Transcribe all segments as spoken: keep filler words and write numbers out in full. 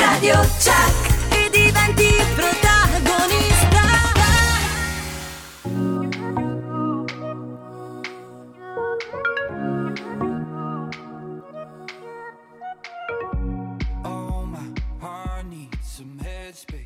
Radio Chuck e diventi protagonista. Oh, my heart needs some headspace.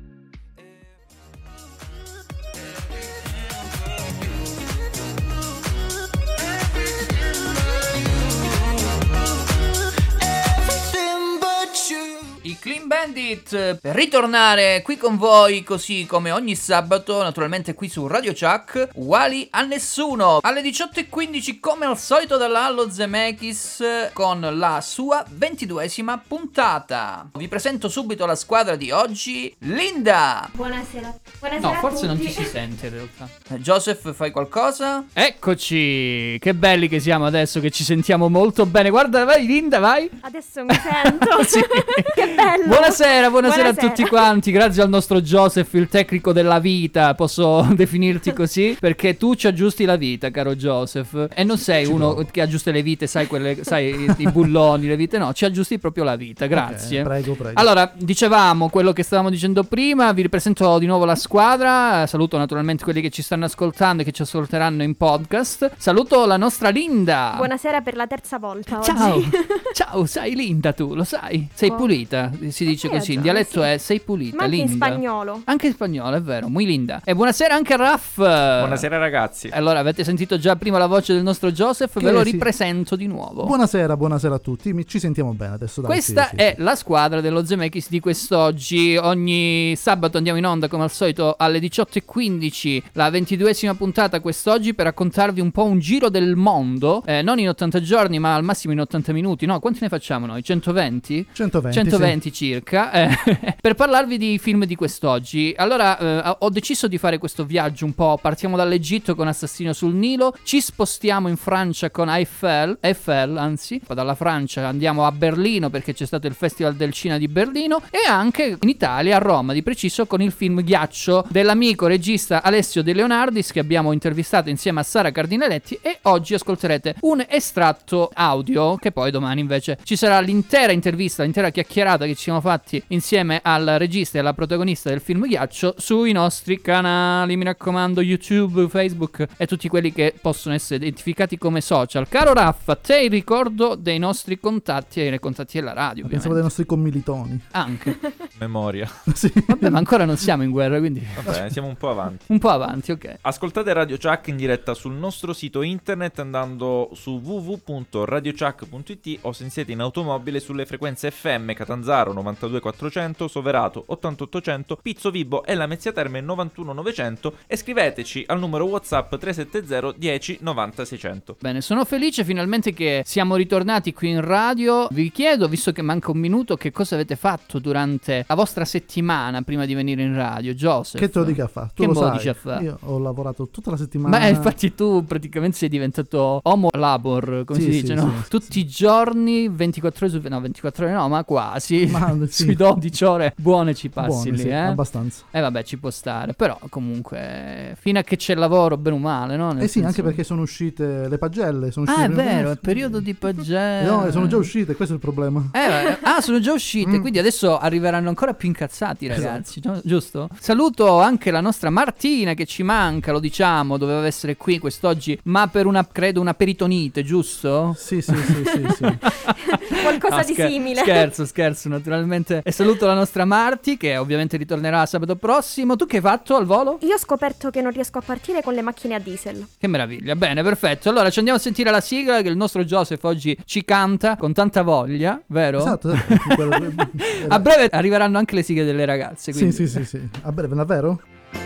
I Clean Bandit per ritornare qui con voi così come ogni sabato, naturalmente qui su Radio Chuck, uguali a nessuno, alle diciotto e quindici come al solito dalla Allo Zemeckis con la sua ventiduesima puntata. Vi presento subito la squadra di oggi, Linda. Buonasera. Buonasera No, a forse tutti. non ci si sente in realtà. Eh, Joseph, fai qualcosa? Eccoci, che belli che siamo adesso, che ci sentiamo molto bene. Guarda, vai Linda, vai. Adesso mi sento. Sì. Che bello. Buonasera, buonasera, Buonasera a tutti quanti. Grazie al nostro Joseph, il tecnico della vita, posso definirti così, perché tu ci aggiusti la vita, caro Joseph. E non sei Ci uno provo. che aggiusta le vite, sai quelle, sai i, i bulloni, le vite, no, ci aggiusti proprio la vita. Grazie. Ok, prego, prego. Allora, dicevamo quello che stavamo dicendo prima, vi ripresento di nuovo la squadra. Saluto naturalmente quelli che ci stanno ascoltando e che ci ascolteranno in podcast. Saluto la nostra Linda. Buonasera per la terza volta Ciao, oggi. ciao, sai Linda tu, lo sai? Sei Oh. pulita, si dice Sì, così, in già, dialetto sì. è sei pulita, Ma anche in Linda. spagnolo. Anche in spagnolo, è vero, muy linda. E buonasera anche a Raff. Buonasera ragazzi. Allora, avete sentito già prima la voce del nostro Joseph, Che ve lo sì. ripresento di nuovo. Buonasera, buonasera a tutti. Mi- ci sentiamo bene adesso. Dai, Questa sì, sì, è sì. la squadra dello Zemeckis di quest'oggi. Ogni sabato andiamo in onda come al solito alle diciotto e quindici, la ventiduesima puntata quest'oggi, per raccontarvi un po' un giro del mondo, eh, non in ottanta giorni ma al massimo in ottanta minuti. No, quanti ne facciamo noi? centoventi? centoventi. centoventi circa, eh, per parlarvi di film di quest'oggi. Allora eh, ho deciso di fare questo viaggio un po'. Partiamo dall'Egitto con Assassino sul Nilo, ci spostiamo in Francia con Eiffel, Eiffel anzi, poi dalla Francia andiamo a Berlino perché c'è stato il Festival del Cinema di Berlino, e anche in Italia, a Roma di preciso, con il film Ghiaccio dell'amico regista Alessio De Leonardis, che abbiamo intervistato insieme a Sara Cardinaletti, e oggi ascolterete un estratto audio, che poi domani invece ci sarà l'intera intervista, l'intera chiacchierata che ci siamo fatti insieme al regista e alla protagonista del film Ghiaccio sui nostri canali, mi raccomando, YouTube, Facebook e tutti quelli che possono essere identificati come social. Caro Raffa, te il ricordo dei nostri contatti e dei contatti della radio, Pensavo dei ovviamente. nostri commilitoni. Anche. Memoria. Sì. Vabbè, ma ancora non siamo in guerra, quindi Vabbè, siamo un po' avanti. un po' avanti, ok. Ascoltate Radio Chuck in diretta sul nostro sito internet andando su w w w punto radio chuck punto i t, o se siete in automobile sulle frequenze F M Catanzaro novantadue quattrocento, Soverato ottantotto cento, Pizzo Vibo e Lamezia Terme novantuno novecento, e scriveteci al numero WhatsApp tre sette zero dieci novanta seicento. Bene, sono felice finalmente che siamo ritornati qui in radio. Vi chiedo, visto che manca un minuto, che cosa avete fatto durante la vostra settimana prima di venire in radio, Joseph? Che te lo dica a fare? Tu Che lo me lo sai. dici a fare? Io ho lavorato tutta la settimana. Ma eh, infatti tu praticamente sei diventato homo labor, come Sì, si sì, dice, sì, no? sì, Tutti sì. i giorni, ventiquattro ore su... No, ventiquattro ore no, ma quasi. Ma, sì. Sui dodici ore buone ci passi Buone, lì, sì, eh? abbastanza. Eh vabbè, ci può stare. Però comunque, fino a che c'è lavoro, bene o male, no? Nel Eh sì, senso- anche perché sono uscite le pagelle. Sono Ah, uscite è le prime- vero, è periodo di pagelle. No, sono già uscite, questo è il problema. Eh, beh, ah, sono già uscite, Mm. quindi adesso arriveranno ancora più incazzati, Esatto. ragazzi, no? Giusto? Saluto anche la nostra Martina che ci manca, lo diciamo, doveva essere qui quest'oggi, ma per una, credo, una peritonite, giusto? Sì, sì, sì, sì, sì. Qualcosa No, di scher- simile. Scherzo, scherzo, naturalmente. E saluto la nostra Marti che ovviamente ritornerà sabato prossimo. Tu che hai fatto al volo? Io ho scoperto che non riesco a partire con le macchine a diesel. Che meraviglia, bene, perfetto. Allora ci andiamo a sentire la sigla che il nostro Joseph oggi ci canta con tanta voglia, vero? Esatto, esatto. Quello- A breve arriveranno anche le sigle delle ragazze, Sì, quindi... sì, sì, sì. A breve, davvero?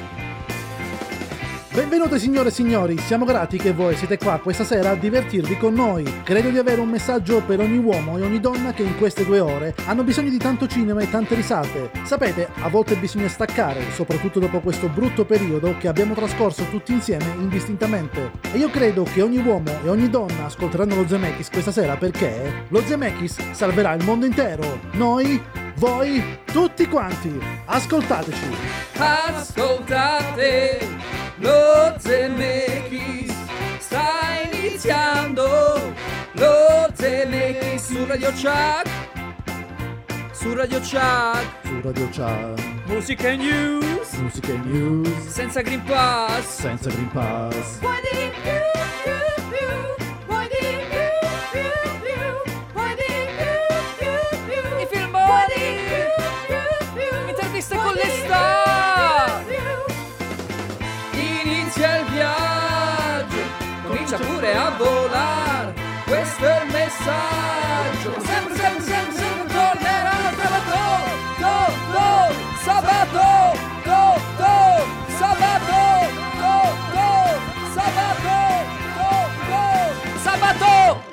Benvenuti signore e signori, siamo grati che voi siete qua questa sera a divertirvi con noi. Credo di avere un messaggio per ogni uomo e ogni donna che in queste due ore hanno bisogno di tanto cinema e tante risate. Sapete, a volte bisogna staccare, soprattutto dopo questo brutto periodo che abbiamo trascorso tutti insieme indistintamente. E io credo che ogni uomo e ogni donna ascolteranno lo Zemeckis questa sera perché lo Zemeckis salverà il mondo intero. Noi, voi, tutti quanti. Ascoltateci. Ascoltate lo Zemeckis, sta iniziando lo Zemeckis su Radio Chuck, Su Radio Chuck, Su Radio Chuck, musica e news, musica e news, senza Green Pass. senza Green Pass. Vuoi di più, più, più? Vuoi di più, più, più? Vuoi di più, più, più? I filmoni, Più, più, interviste vuoi con di le star. più, Inizia il viaggio, comincia pure a volare. Questo è il messaggio. Sempre, sempre, sempre, sempre tornerà sabato, do, do, sabato, do, do, sabato, do, do, sabato, do, do, sabato.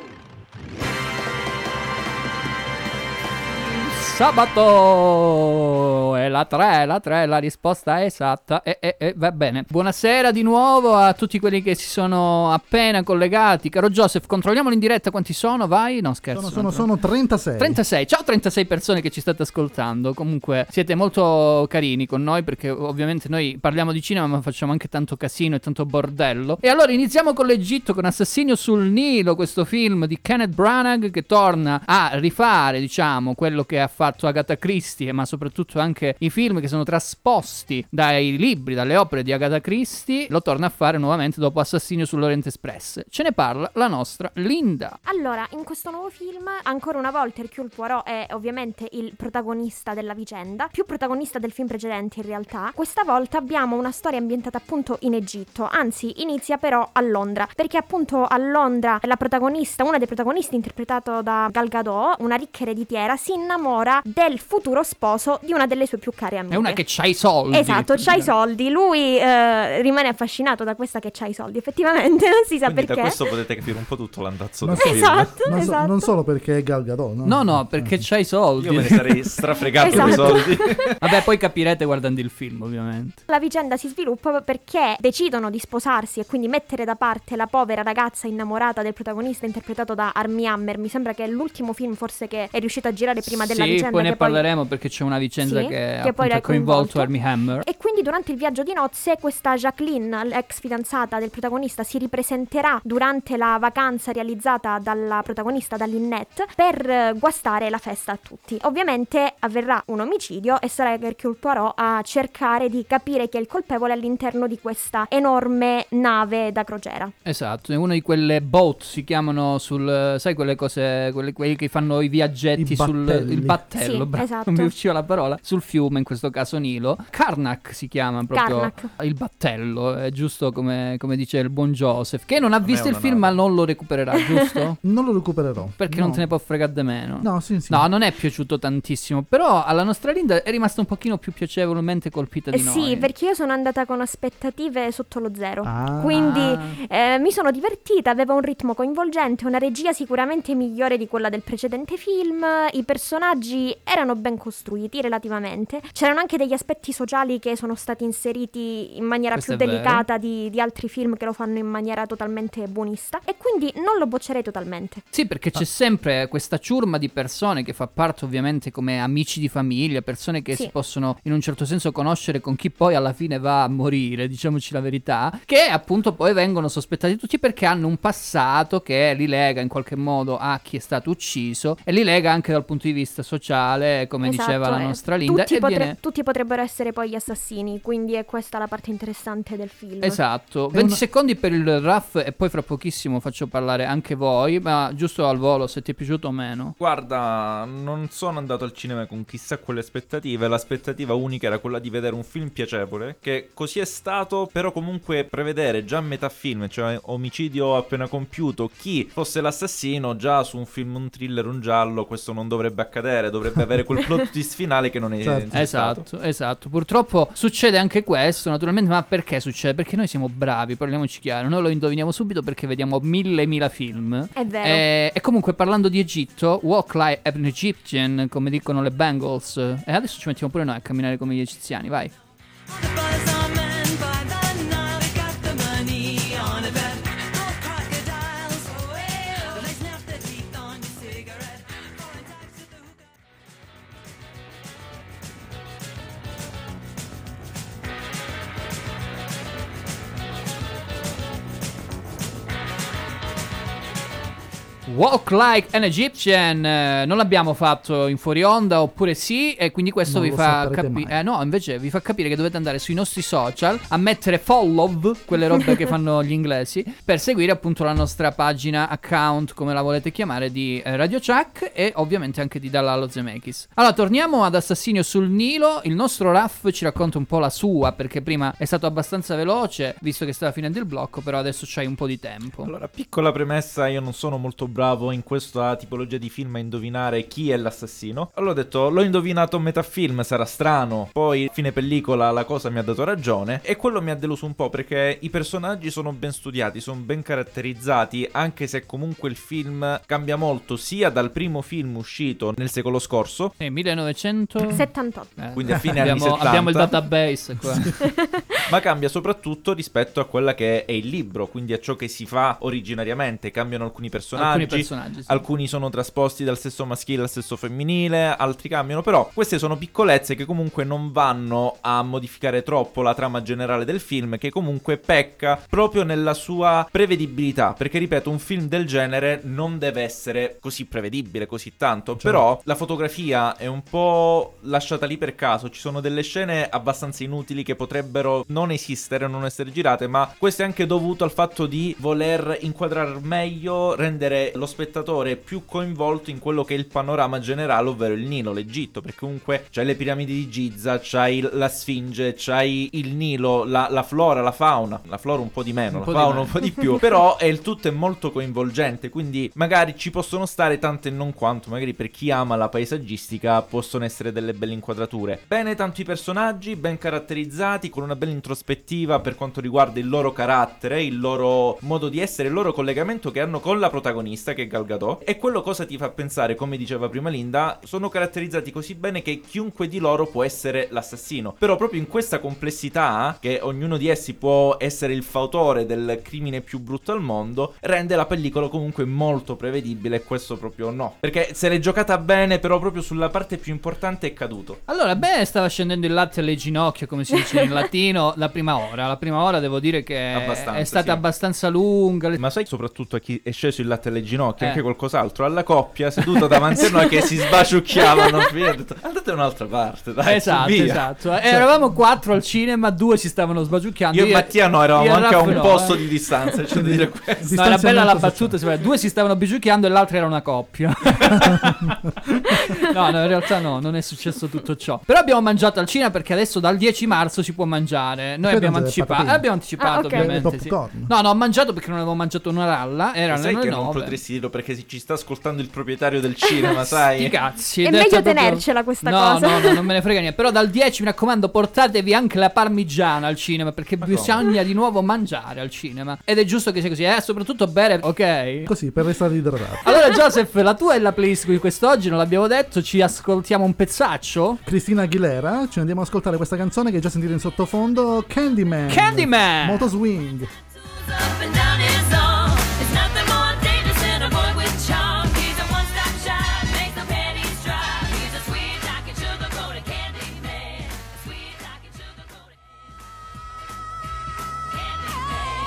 Sabato è la tre, la tre, la risposta è esatta. E, e, e va bene. Buonasera di nuovo a tutti quelli che si sono appena collegati. Caro Joseph, controlliamolo in diretta quanti sono, vai? No, scherzo. Sono, sono, non- sono trentasei. trentasei, ciao trentasei persone che ci state ascoltando. Comunque siete molto carini con noi perché ovviamente noi parliamo di cinema ma facciamo anche tanto casino e tanto bordello. E allora iniziamo con l'Egitto, con Assassinio sul Nilo, questo film di Kenneth Branagh che torna a rifare, diciamo, quello che ha fatto Agatha Christie, ma soprattutto anche i film che sono trasposti dai libri, dalle opere di Agatha Christie, lo torna a fare nuovamente dopo Assassinio sull'Orient Express. Ce ne parla la nostra Linda. Allora, in questo nuovo film, ancora una volta Hercule Poirot è ovviamente il protagonista della vicenda, più protagonista del film precedente in realtà. Questa volta abbiamo una storia ambientata appunto in Egitto, anzi inizia però a Londra, perché appunto a Londra la protagonista, una dei protagonisti interpretato da Gal Gadot, una ricca ereditiera, si innamora del futuro sposo di una delle sue più care amiche. È una che c'ha i soldi. Esatto, c'ha i soldi. Lui eh, rimane affascinato da questa che c'ha i soldi. Effettivamente non si sa Quindi perché. da questo potete capire un po' tutto l'andazzo Ma del sì. film. Esatto, Non, so- esatto. non solo perché è Gal Gadot, no? No, no, perché c'ha i soldi. Io me ne sarei strafregato dei Esatto. soldi. Vabbè, poi capirete guardando il film, ovviamente. La vicenda si sviluppa perché decidono di sposarsi e quindi mettere da parte la povera ragazza innamorata del protagonista interpretato da Armie Hammer. Mi sembra che è l'ultimo film forse che è riuscito a girare prima della Sì, vicenda. poi ne che poi- parleremo perché c'è una vicenda Sì, che, che appunto poi l'ha ha coinvolto coinvolto. Armie Hammer. E quindi durante il viaggio di nozze questa Jacqueline, l'ex fidanzata del protagonista, si ripresenterà durante la vacanza realizzata dalla protagonista, da Lynette, per eh, guastare la festa a tutti. Ovviamente avverrà un omicidio e sarà Hercule Poirot a cercare di capire chi è il colpevole all'interno di questa enorme nave da crociera. Esatto, è una di quelle boat, si chiamano sul... sai quelle cose, quelle, quelli che fanno i viaggetti I sul... battelli. il battello, Sì, bravo, esatto. non mi usciva la parola, sul fiume, in questo caso Nilo. Karnak si chiama proprio Karnak. il battello, è giusto come, come dice il buon Joseph, che non ha è visto il una film nave. ma non lo recupererà, giusto? Non lo recupererò. Perché No. non te ne può fregare di meno. No, sì, sì. No, non è piaciuto tantissimo, però alla nostra Linda è rimasta un pochino più piacevolmente colpita di Eh noi. sì, perché io sono andata con aspettative sotto lo zero. Ah. Quindi eh, mi sono divertita, aveva un ritmo coinvolgente, una regia sicuramente migliore di quella del precedente film, i personaggi erano ben costruiti relativamente, c'erano anche degli aspetti sociali che sono stati inseriti in maniera Questo più è vero. delicata di, di altri film che lo fanno in maniera totalmente buonista e quindi non lo boccerei totalmente. Sì, perché c'è sempre questa ciurma di persone che fa parte ovviamente come amici di famiglia, persone che Sì. si possono in un certo senso conoscere con chi poi alla fine va a morire, diciamoci la verità, che appunto poi vengono sospettati tutti perché hanno un passato che li lega in qualche modo a chi è stato ucciso e li lega anche dal punto di vista sociale, come Esatto, diceva la eh. nostra Linda. Tutti, e potre- viene... tutti potrebbero essere poi gli assassini, quindi è questa la parte interessante del film. Esatto, È venti una- secondi per il raff e poi fra pochissimo faccio parlare anche voi, ma giusto al volo se ti è piaciuto o meno. Guarda, non sono andato al cinema con chissà quelle aspettative. L'aspettativa unica era quella di vedere un film piacevole, che così è stato, però comunque prevedere già a metà film, cioè omicidio appena compiuto, chi fosse l'assassino, già su un film, un thriller, un giallo, questo non dovrebbe accadere, dovrebbe avere quel plot twist finale che non è Certo. c'è stato. Esatto, esatto. Purtroppo succede anche questo, naturalmente, ma perché succede? Perché noi siamo bravi, parliamoci chiaro, noi lo indoviniamo subito perché vediamo mille mila film. È vero. E, e comunque parlando di Egitto, walk like an Egyptian, come dicono le Bengals. E adesso ci mettiamo pure noi a camminare come gli egiziani, vai. Walk Like an Egyptian. Eh, non l'abbiamo fatto in fuori onda, oppure sì, e quindi questo Non vi lo fa saprete capire. mai. Eh no, invece vi fa capire che dovete andare sui nostri social a mettere follow, quelle robe che fanno gli inglesi, per seguire appunto la nostra pagina, account, come la volete chiamare, di eh, Radio Chuck, e ovviamente anche di Dall'Allo Zemeckis. Allora, torniamo ad Assassinio sul Nilo. Il nostro Raff ci racconta un po' la sua, perché prima è stato abbastanza veloce, visto che stava finendo il blocco, però adesso c'hai un po' di tempo. Allora, piccola premessa, io non sono molto bravo in questa tipologia di film a indovinare chi è l'assassino. Allora ho detto, l'ho indovinato a metà film, sarà strano. Poi, fine pellicola, la cosa mi ha dato ragione. E quello mi ha deluso un po', perché i personaggi sono ben studiati, sono ben caratterizzati, anche se comunque il film cambia molto, sia dal primo film uscito nel secolo scorso, Sì, millenovecento settantotto. Eh, quindi a fine anni abbiamo, settanta. abbiamo il database qua. ma cambia soprattutto rispetto a quella che è il libro, quindi a ciò che si fa originariamente. Cambiano alcuni personaggi, Alcuni personaggi, sì. alcuni sono trasposti dal sesso maschile al sesso femminile, altri cambiano, però queste sono piccolezze che comunque non vanno a modificare troppo la trama generale del film, che comunque pecca proprio nella sua prevedibilità, perché ripeto, un film del genere non deve essere così prevedibile, così tanto, Certo. però la fotografia è un po' lasciata lì per caso, ci sono delle scene abbastanza inutili che potrebbero non esistere, non essere girate, ma questo è anche dovuto al fatto di voler inquadrare meglio, rendere lo spettatore più coinvolto in quello che è il panorama generale, ovvero il Nilo, l'Egitto, perché comunque c'hai le piramidi di Giza, c'hai la Sfinge, c'hai il Nilo, la, la flora, la fauna, la flora un po' di meno, Un la po' di fauna meno. un po' di più, però è, il tutto è molto coinvolgente, quindi magari ci possono stare tante e non quanto, magari per chi ama la paesaggistica possono essere delle belle inquadrature. Bene tanti personaggi, ben caratterizzati, con una bella introspettiva per quanto riguarda il loro carattere, il loro modo di essere, il loro collegamento che hanno con la protagonista, che è Gal Gadot, e quello cosa ti fa pensare, come diceva prima Linda, sono caratterizzati così bene che chiunque di loro può essere l'assassino, però proprio in questa complessità, che ognuno di essi può essere il fautore del crimine più brutto al mondo, rende la pellicola comunque molto prevedibile, e questo proprio no, perché se l'è giocata bene, però proprio sulla parte più importante è caduto. Allora, beh, stava scendendo il latte alle ginocchia, come si dice in latino, la prima ora. La prima ora devo dire che Abbastanza, è stata sì. abbastanza lunga. Le- Ma sai soprattutto a chi è sceso il latte alle ginocchia, Eh. anche qualcos'altro, alla coppia seduta davanti a noi che si sbaciucchiavano, fine, ho detto, andate da un'altra parte, dai, Esatto, via. esatto. Eh, eravamo quattro al cinema, due si stavano sbagiucchiando. Io e Mattia no, eravamo io e anche a Raff un no, posto eh. di distanza, c'è da dire questo. No, era bella la Distanziamento battuta, si vede, due si stavano bigiucchiando e l'altra era una coppia. No, no, in realtà no, non è successo tutto ciò. Però abbiamo mangiato al cinema, perché adesso dal dieci marzo si può mangiare. Noi Poi abbiamo mangiate anticipato, patatine. abbiamo anticipato Ah, ok. ovviamente, Le sì. popcorn. No, no, ho mangiato perché non avevo mangiato una ralla, erano Sai le che non nove. potresti dirlo perché si ci sta ascoltando il proprietario del cinema, sai? Sti cazzi, È detto meglio proprio- tenercela questa no, cosa. No, no, non me ne frega niente. Però dal dieci, mi raccomando, portatevi anche la parmigiana al cinema, perché Ma bisogna di nuovo mangiare al cinema. Ed è giusto che sia così, eh, soprattutto bere, ok? Così, per restare idratati. Allora, Joseph, la tua è la playlist di quest'oggi, non l'abbiamo detto, ci ascoltiamo un pezzaccio? Cristina Aguilera, ci andiamo ad ascoltare questa canzone che già sentite in sottofondo, Candyman. Candyman! Moto swing. Up and down his arm. It's nothing more dangerous than a boy with charm. He's a one-stop shop, makes the panties dry. He's a sweet talking sugar-coated candy man. A sweet talking sugar-coated candy man.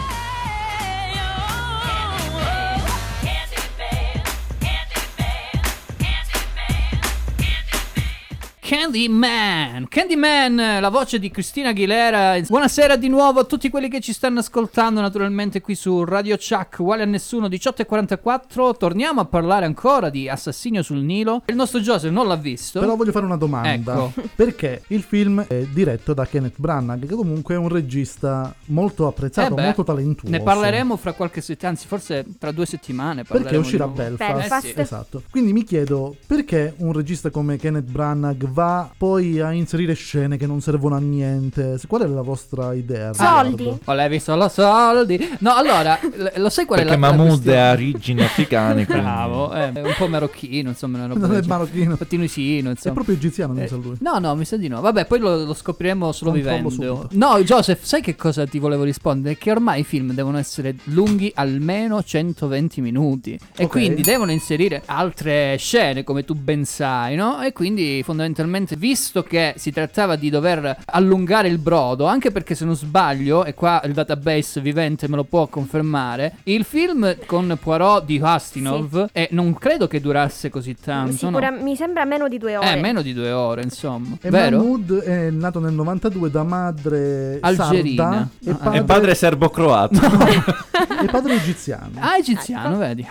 Candy man, candy man, candy man, candy man. Candyman! Candyman, la voce di Cristina Aguilera. Buonasera di nuovo a tutti quelli che ci stanno ascoltando, naturalmente qui su Radio Chuck, uguale a nessuno, diciotto e quarantaquattro. Torniamo a parlare ancora di Assassinio sul Nilo. Il nostro Joseph non l'ha visto. Però voglio fare una domanda. Ecco. Perché il film è diretto da Kenneth Branagh, che comunque è un regista molto apprezzato, Eh beh, molto talentuoso. Ne parleremo fra qualche settimana, anzi forse tra due settimane Perché parleremo uscirà di nuovo. Belfast. Belfast. Eh sì. Esatto. Quindi mi chiedo perché un regista come Kenneth Branagh va poi a inserire scene che non servono a niente. Qual è la vostra idea? al Soldi. riguardo? Volevi solo soldi. No, allora, l- lo sai qual Perché è la, la Mahmood è questione? a origini africane, quindi- Bravo, eh, è un po' marocchino, insomma, una roba Non del è genere. marocchino. Un po' tunisino, È insomma. proprio egiziano, non Eh, sa lui. No, no, mi sa di no. Vabbè, poi lo, lo scopriremo solo Controllo vivendo. subito. No, Joseph, sai che cosa ti volevo rispondere? Che ormai i film devono essere lunghi almeno centoventi minuti. E Ok. quindi devono inserire altre scene, come tu ben sai, no? E quindi fondamentalmente fondamentalmente, visto che si trattava di dover allungare il brodo, anche perché se non sbaglio, e qua il database vivente me lo può confermare, il film con Poirot di Ustinov e non credo che durasse così tanto, Sicura- no? Mi sembra meno di due ore. Eh, meno di due ore, insomma. E Vero? Mahmood è nato nel novantadue da madre Algerina. sarda e Ah. padre, E padre serbo-croato. e padre egiziano. Ah, egiziano, vedi?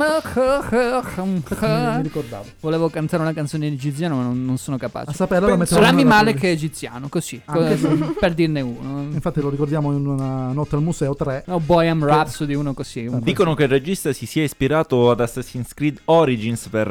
Mi ricordavo. Volevo cantare una canzone in egiziano, ma non, non sono A capace. saperla la metterò Suonami nella male playlist. che è egiziano, così, Anche co- per dirne uno. Infatti lo ricordiamo in una notte al museo tre. Oh, Bohemian Rhapsody, uno così. un- Dicono che il regista si sia ispirato ad Assassin's Creed Origins per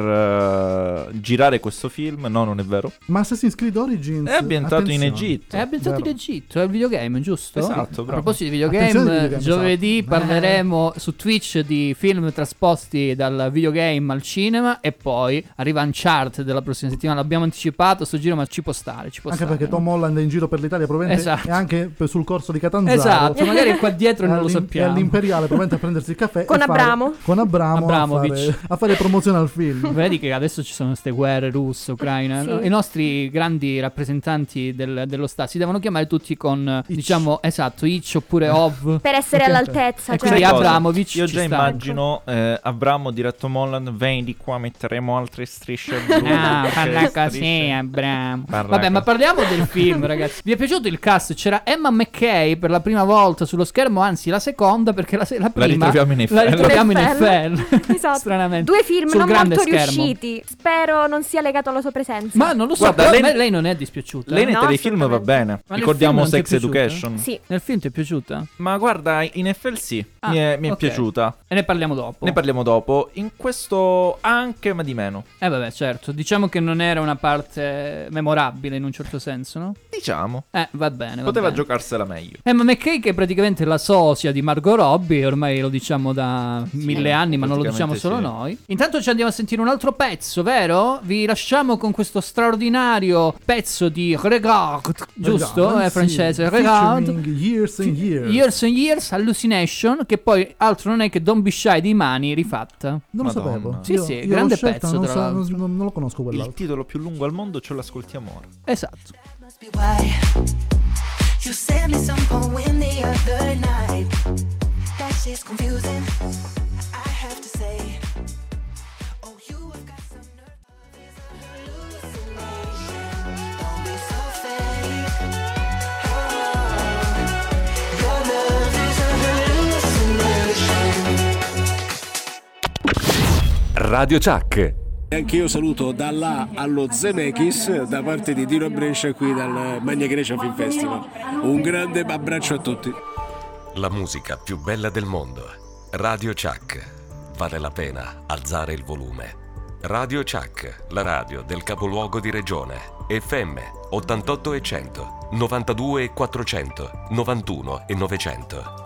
eh, girare questo film. No, non è vero. Ma Assassin's Creed Origins È ambientato in attenzione. Egitto. È ambientato in Vero. Egitto, è il videogame, giusto? Esatto, A bravo. proposito di Attenzione ai videogame, videogame, giovedì esatto. parleremo su Twitch di film trasposti dal videogame al cinema e poi arriva Uncharted della prossima settimana. L'abbiamo anticipato sto giro, ma ci può stare, ci può Anche stare. perché Tom Holland è in giro per l'Italia, probabilmente Esatto. e anche per- sul corso di Catanzaro. Esatto, magari è qua dietro e non lo All'im- sappiamo. E all'Imperiale, probabilmente a prendersi il caffè. Con e fare- Abramo. Con Abramo a Abramovic. fare, a fare promozione al film. Vedi che adesso ci sono queste guerre russe, ucraina. Sì. no? I nostri grandi rappresentanti del- dello Stato si devono chiamare tutti con, Ich. diciamo, esatto, Ich oppure Ov. Per essere Ok. all'altezza. E cioè- quindi Sai cosa? Abramovic Io ci già sta. immagino eh, Abramo diretto a Molland. Vieni di qua, metteremo altre strisce blu. Ah, perché parla strisce- così, Abramo. Parla Vabbè, ma così. parliamo del film, ragazzi. Vi è piaciuto il cast? C'era Emma McKay per la prima volta sullo schermo, anzi la seconda, perché la, se- la prima ritroviamo in la Eiffel. ritroviamo in In Eiffel. Esatto. Stranamente. Due film Sul non grande molto schermo. riusciti. Spero non sia legato alla sua presenza. Ma non lo so, Guarda, però lei- a me lei non è dispiaciuta. Lei nei No, telefilm va assolutamente. bene. Ma nel Ricordiamo film non ti Sex è piaciuta? Education. Sì. Nel film ti è piaciuta? Ma guarda, in Eiffel sì, Ah, mi è, mi è ok. piaciuta. E ne parliamo dopo. Ne parliamo dopo. In questo anche, ma di meno. Eh vabbè, certo. Diciamo che non era una parte memorabile in un certo senso, no? Diciamo. Eh, va bene. va Poteva bene. giocarsela meglio. Emma McKay che è praticamente la sosia di Margot Robbie, ormai lo diciamo da mille anni, ma non lo diciamo praticamente solo sì. noi. Intanto ci andiamo a sentire un altro pezzo, vero? Vi lasciamo con questo straordinario pezzo di Regard, giusto? Regard, È sì. francese. Regard. Featuring Years and Years. Years and Years, Hallucination, che poi altro non è che Don't Be Shy di Mani rifatta. Non lo Madonna. sapevo. Sì, Io- sì, io l'ho grande scelta, pezzo, Non, tra so- l'altro. non- non- non lo conosco Il quell'altro. titolo più lungo al mondo ce l'ascoltiamo ora. Esatto. Must be why you sent me some poem the other night. That shit's confusing. I have to say. Oh, you have got some nerve. It's a hallucination. Don't be so fake. Oh, your love is a hallucination. Radio Chuck. E anch'io saluto dall'A allo Zemeckis da parte di Dino Brescia qui dal Magna Grecia Film Festival. Un grande abbraccio a tutti. La musica più bella del mondo. Radio Chuck. Vale la pena alzare il volume. Radio Chuck, la radio del capoluogo di regione. F M ottantotto e cento, novantadue e quattrocento, novantuno e novecento.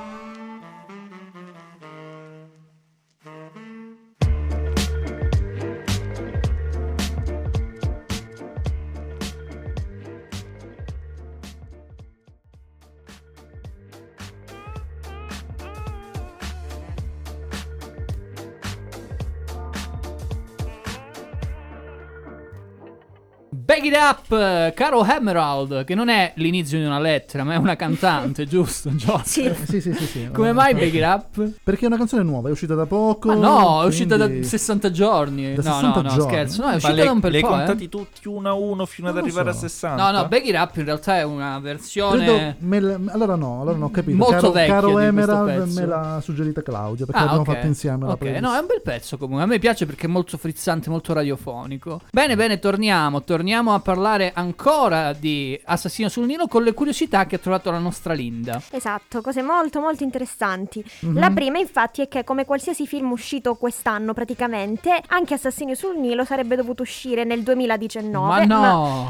Back It Up, caro Emerald, che non è l'inizio di una lettera, ma è una cantante, giusto? Joseph? Sì. Eh, sì, sì, sì, sì. Come mai Back It Up? Perché è una canzone nuova, è uscita da poco. Ma no, è uscita da quindi- sessanta giorni. Da no, sessanta no, no, giorni? scherzo. No, è Ma uscita le, da un bel le hai po', contati eh. tutti uno a uno fino ad Non lo arrivare so. a sessanta? No, no, Back It Up in realtà è una versione... Credo me la- allora no, allora no, ho capito. Molto caro, vecchia caro di questo Emerald pezzo. me l'ha suggerita Claudia perché Ah, l'abbiamo ok. fatto insieme la Ok, playlist. no, è un bel pezzo comunque. A me piace perché è molto frizzante, molto radiofonico. Bene, bene, torniamo. Torniamo a parlare ancora di Assassino sul Nilo con le curiosità che ha trovato la nostra Linda. Esatto, cose molto molto interessanti. Mhm. La prima infatti è che come qualsiasi film uscito quest'anno praticamente, anche Assassini sul Nilo sarebbe dovuto uscire nel duemiladiciannove. Ma no! eh, ma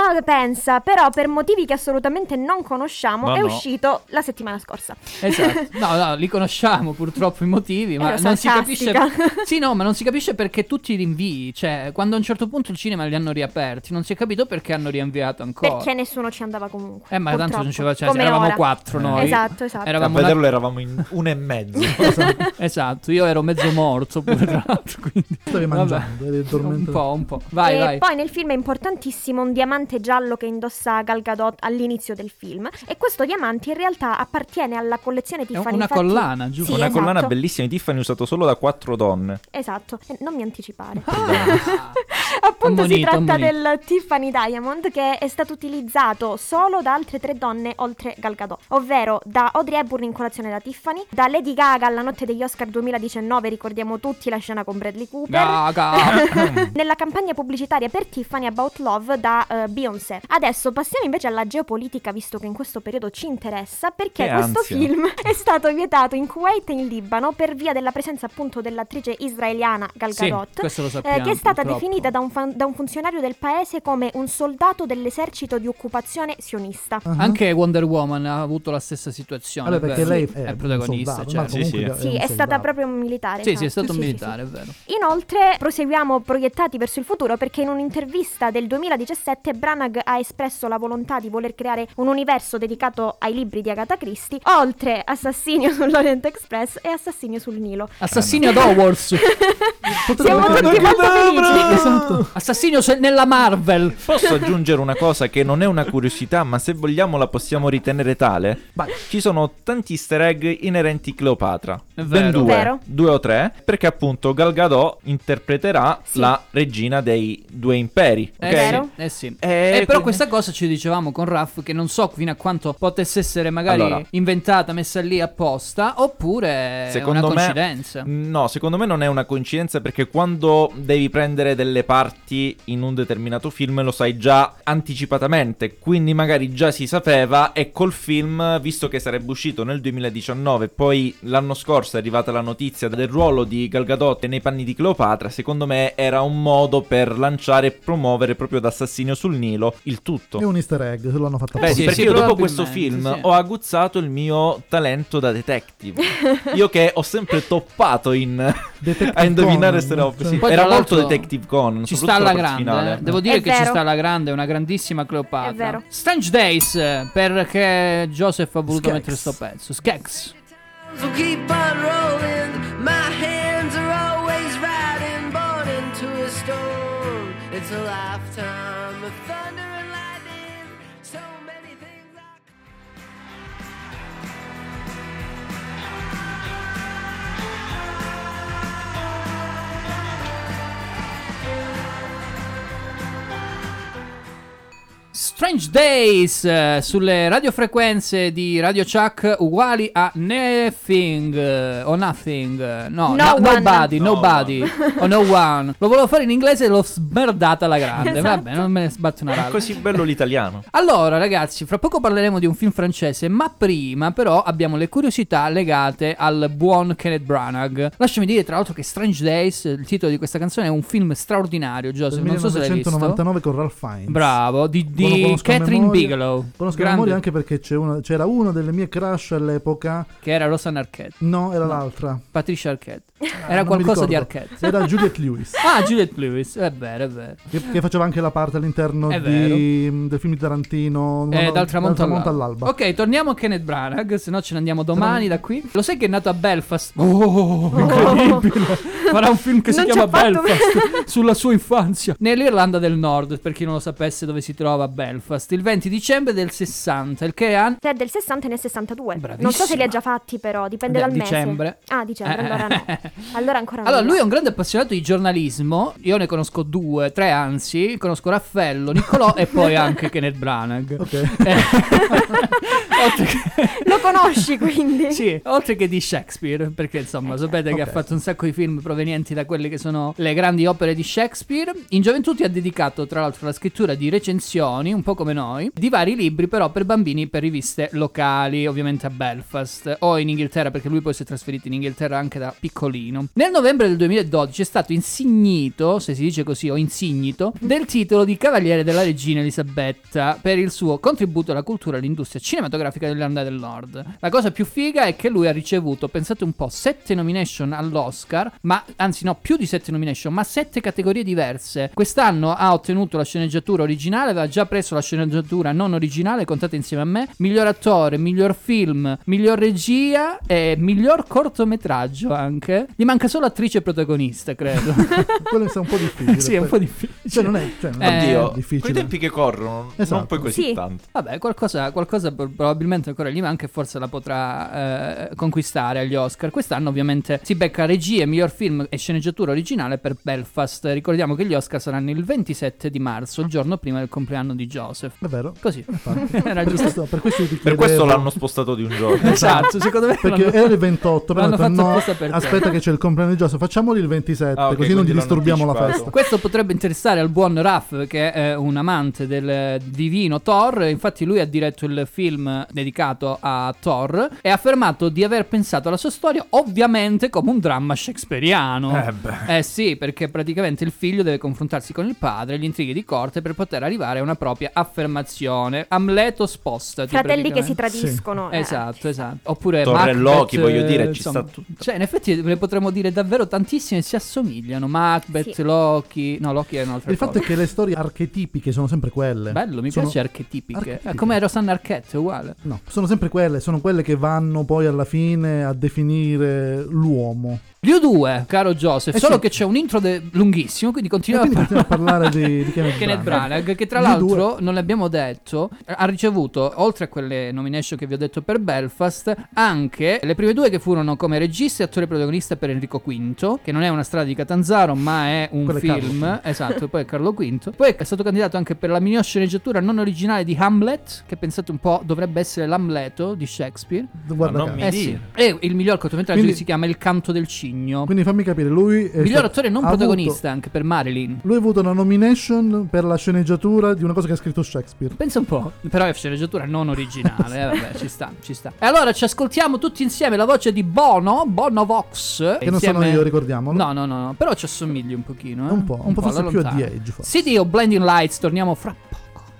Ma pensa, però per motivi che assolutamente non conosciamo No, è no. uscito la settimana scorsa. Esatto. No, no, li conosciamo purtroppo i motivi, ma Ero non si capisce. sarcastica. Sì, no, ma non si capisce perché tutti i rinvii, cioè, quando a un certo punto il cinema li hanno riaperti, non si è capito perché hanno rinviato ancora. Perché nessuno ci andava comunque. Eh, ma tanto non ci purtroppo. cioè, Come eravamo ora. quattro noi. Esatto, esatto. A Eravamo una- vederlo eravamo in uno e mezzo. Esatto, io ero mezzo morto pure tra l'altro, quindi Stavi vabbè. mangiando, eri Un addormentato. po', un po'. Vai, e vai. poi nel film è importantissimo un diamante giallo che indossa Gal Gadot all'inizio del film. E questo diamante in realtà appartiene alla collezione È Tiffany. una infatti- collana, giusto? Sì, Una esatto. collana bellissima di Tiffany usato solo da quattro donne. Esatto, Eh, non mi anticipare. Ah. Appunto si Ammonito, tratta ammonito. del Tiffany Diamond che è stato utilizzato solo da altre tre donne oltre Gal Gadot, ovvero da Audrey Hepburn in Colazione da Tiffany, da Lady Gaga alla notte degli Oscar duemiladiciannove, ricordiamo tutti la scena con Bradley Cooper. Gaga. Nella campagna pubblicitaria per Tiffany About Love da eh, Beyoncé. Adesso passiamo invece alla geopolitica, visto che in questo periodo ci interessa, perché Che questo ansia. film è stato vietato in Kuwait e in Libano per via della presenza appunto dell'attrice israeliana Gal Sì, Gadot, questo lo eh, sappiamo, che è stata purtroppo. definita da un, fan- da un funzionario del paese come un soldato dell'esercito di occupazione sionista. Ah. Anche Wonder Woman ha avuto la stessa situazione. Vabbè, perché vero? lei Sì, è, è protagonista. un soldato, certo. ma comunque Sì, è Sì, un è stata soldato. proprio un militare. Sì, sì, è esatto. stato un Sì, sì, militare, sì, è vero. sì. Inoltre proseguiamo proiettati verso il futuro perché in un'intervista del duemiladiciassette Branagh ha espresso la volontà di voler creare un universo dedicato ai libri di Agatha Christie, oltre Assassinio sull'Orient Express e Assassinio sul Nilo. Assassinio ad Hogwarts. Siamo tutti molto felici. Esatto. Assassinio se- nella Marvel. Posso aggiungere una cosa che non è una curiosità, ma se vogliamo la possiamo ritenere tale? Vai. Ci sono tanti easter egg inerenti a Cleopatra. È Ben vero. due, Vero. due o tre, perché appunto Gal Gadot interpreterà Sì. la regina dei due imperi. Eh, ok? Vero? sì, eh sì. Eh, Eh, però quindi- questa cosa ci dicevamo con Raff che non so fino a quanto potesse essere magari Allora. inventata, messa lì apposta, oppure è Secondo una me- coincidenza. No, secondo me non è una coincidenza perché quando devi prendere delle parti in un determinato film lo sai già anticipatamente, quindi magari già si sapeva e col film, visto che sarebbe uscito nel duemiladiciannove, poi l'anno scorso è arrivata la notizia del ruolo di Gal Gadot nei panni di Cleopatra, secondo me era un modo per lanciare e promuovere proprio da Assassinio sul Nilo il tutto. È un easter egg, se lo hanno fatto Beh, apposta. sì, perché sì, io dopo questo probabilmente, film sì. ho aguzzato il mio talento da detective. Io che ho sempre toppato in Detective a indovinare Conan, queste robe. cioè. Sì. Poi, Era tra molto l'altro, Detective Conan. Ci soprattutto sta alla la parte grande, finale. eh. Devo dire È che ci vero. sta alla grande, una grandissima Cleopatra. È vero. Strange Days, eh, perché Joseph ha voluto Skeks. mettere sto pezzo. Skeks. So keep on rolling. My hands are always riding, born into a storm. It's a lifetime of thunder and lightning. So many things I Strange Days eh, sulle radiofrequenze di Radio Chuck uguali a Nothing eh, o Nothing, eh, no, No no- one. Nobody, No Nobody o No One. Lo volevo fare in inglese e l'ho smerdata alla grande. Esatto. Vabbè, non me ne sbatte una È rata. così bello l'italiano. Allora ragazzi, fra poco parleremo di un film francese, ma prima però abbiamo le curiosità legate al buon Kenneth Branagh. Lasciami dire tra l'altro che Strange Days, il titolo di questa canzone, è un film straordinario, Del Joseph, non so se l'hai visto. millenovecentonovantanove con Ralph Fiennes. Bravo, di, di Lo conosco a Catherine memoria. Bigelow. Conosco a Grande. memoria anche perché c'è una- c'era una delle mie crush all'epoca. Che era Rosanna Arquette, No, era l'altra. Patricia Arquette. Ah, Era non mi qualcosa di ricordo. Arquette. Era Juliette Lewis. Ah, Juliette Lewis, è vero, è vero. Che, che faceva anche la parte all'interno È di, del film di Tarantino. Eh, no, dal tramonto, dal tramonto all'alba. all'alba. Ok, torniamo a Kenneth Branagh, se no ce ne andiamo domani da qui. Lo sai che è nato a Belfast? Oh, incredibile. Farà un film che si Non ci chiama ha fatto- Belfast sulla sua infanzia. Nell'Irlanda del Nord, per chi non lo sapesse dove si trova Belfast. Il venti dicembre del sessanta, il che è anno... Te è del sessanta e ne sessantadue. Bravissima. Non so se li ha già fatti, però dipende Beh, dal mese. dicembre. Ah, dicembre, Eh. allora no. Allora ancora no. Allora, lui è un grande appassionato di giornalismo. Io ne conosco due, tre anzi. Conosco Raffaello, Niccolò e poi anche Kenneth Branagh. Ok. Eh, oltre che... Lo conosci quindi? Sì, oltre che di Shakespeare, perché insomma sapete che Ok. ha fatto un sacco di film provenienti da quelle che sono le grandi opere di Shakespeare. In gioventù ti ha dedicato tra l'altro la scrittura di recensioni traduzioni, un po' come noi, di vari libri però per bambini per riviste locali, ovviamente a Belfast o in Inghilterra, perché lui poi si è trasferito in Inghilterra anche da piccolino. Nel novembre del duemiladodici è stato insignito, se si dice così, o insignito, del titolo di Cavaliere della Regina Elisabetta per il suo contributo alla cultura e all'industria cinematografica dell'Irlanda del Nord. La cosa più figa è che lui ha ricevuto, pensate un po', sette nomination all'Oscar, ma anzi no, più di sette nomination, ma sette categorie diverse. Quest'anno ha ottenuto la sceneggiatura originale, aveva già preso la sceneggiatura non originale, contate insieme a me, miglior attore, miglior film, miglior regia e miglior cortometraggio anche. Gli manca solo attrice protagonista, credo. Quello è un po' difficile. Sì, è un po' difficile. Cioè non è, cioè, non è Oddio, difficile. con i tempi che corrono, Esatto. non poi così Sì. tanto. Vabbè, qualcosa, qualcosa probabilmente ancora gli manca e forse la potrà eh, conquistare agli Oscar. Quest'anno ovviamente si becca regia, miglior film e sceneggiatura originale per Belfast. Ricordiamo che gli Oscar saranno il ventisette di marzo, il giorno prima del compleanno di Joseph. È vero? Così. Infatti. Era per, giusto. questo, per questo io ti Per chiedevo- questo l'hanno spostato di un giorno. Esatto, secondo me Perché l'hanno- era il ventotto, però ho l'hanno detto, fatto no, apposta per te. aspetta che c'è il compleanno di Joseph, facciamolo il ventisette, Ah, ok, così non gli quindi l'hanno disturbiamo la anticipato. festa. Questo potrebbe interessare al buon Raff, che è un amante del divino Thor. Infatti lui ha diretto il film dedicato a Thor e ha affermato di aver pensato alla sua storia ovviamente come un dramma shakespeariano. Eh beh. Eh sì, perché praticamente il figlio deve confrontarsi con il padre, gli intrighi di corte per poter arrivare a una propria affermazione. Amleto spostati. Fratelli che si praticamente. tradiscono. eh. Esatto, esatto. Oppure Torre e Macbeth, Loki, voglio dire, ci insomma, sta tutto. Cioè, in effetti ne potremmo dire davvero tantissime, si assomigliano. Macbeth, Sì. Loki. No, Loki è un'altra Il cosa. fatto è che le storie archetipiche sono sempre quelle. Bello, mi Sono- piace archetipiche. archetipiche. Eh, come Rosanna Arquette, uguale. No, sono sempre quelle, sono quelle che vanno poi alla fine a definire l'uomo. Gli U due, caro Joseph, Eh solo sì. che c'è un intro de- lunghissimo, quindi E continuiamo quindi a parlare. continuiamo a parlare di, di Kenneth, Kenneth Branagh. Branagh, che tra Gli l'altro due- non l'abbiamo detto, ha ricevuto, oltre a quelle nomination che vi ho detto per Belfast, anche le prime due che furono come regista e attore protagonista per Enrico V, che non è Una strada di Catanzaro, ma è un Quello è Carlo film. V. Esatto, e poi è Carlo V. Poi è stato candidato anche per la miglior sceneggiatura non originale di Hamlet, che pensate un po' dovrebbe essere l'Amleto di Shakespeare. Guarda Ma caso. non mi Eh dire. sì. E il miglior cortometraggio Quindi- che si chiama Il canto del cigno. Quindi fammi capire, lui è Miglior stato- attore non ha protagonista avuto- anche per Marilyn. lui ha avuto una nomination per la sceneggiatura di una cosa che ha scritto Shakespeare. Pensa un po', però è sceneggiatura non originale, eh, vabbè, ci sta, ci sta. E allora ci ascoltiamo tutti insieme la voce di Bono, Bono Vox. Che non insieme- sono io, ricordiamolo. No, no, no, no, però ci assomigli un pochino, eh. Un po', un po' forse alla più a lontana. The Age, forse. City o Blinding Lights, torniamo fra poco.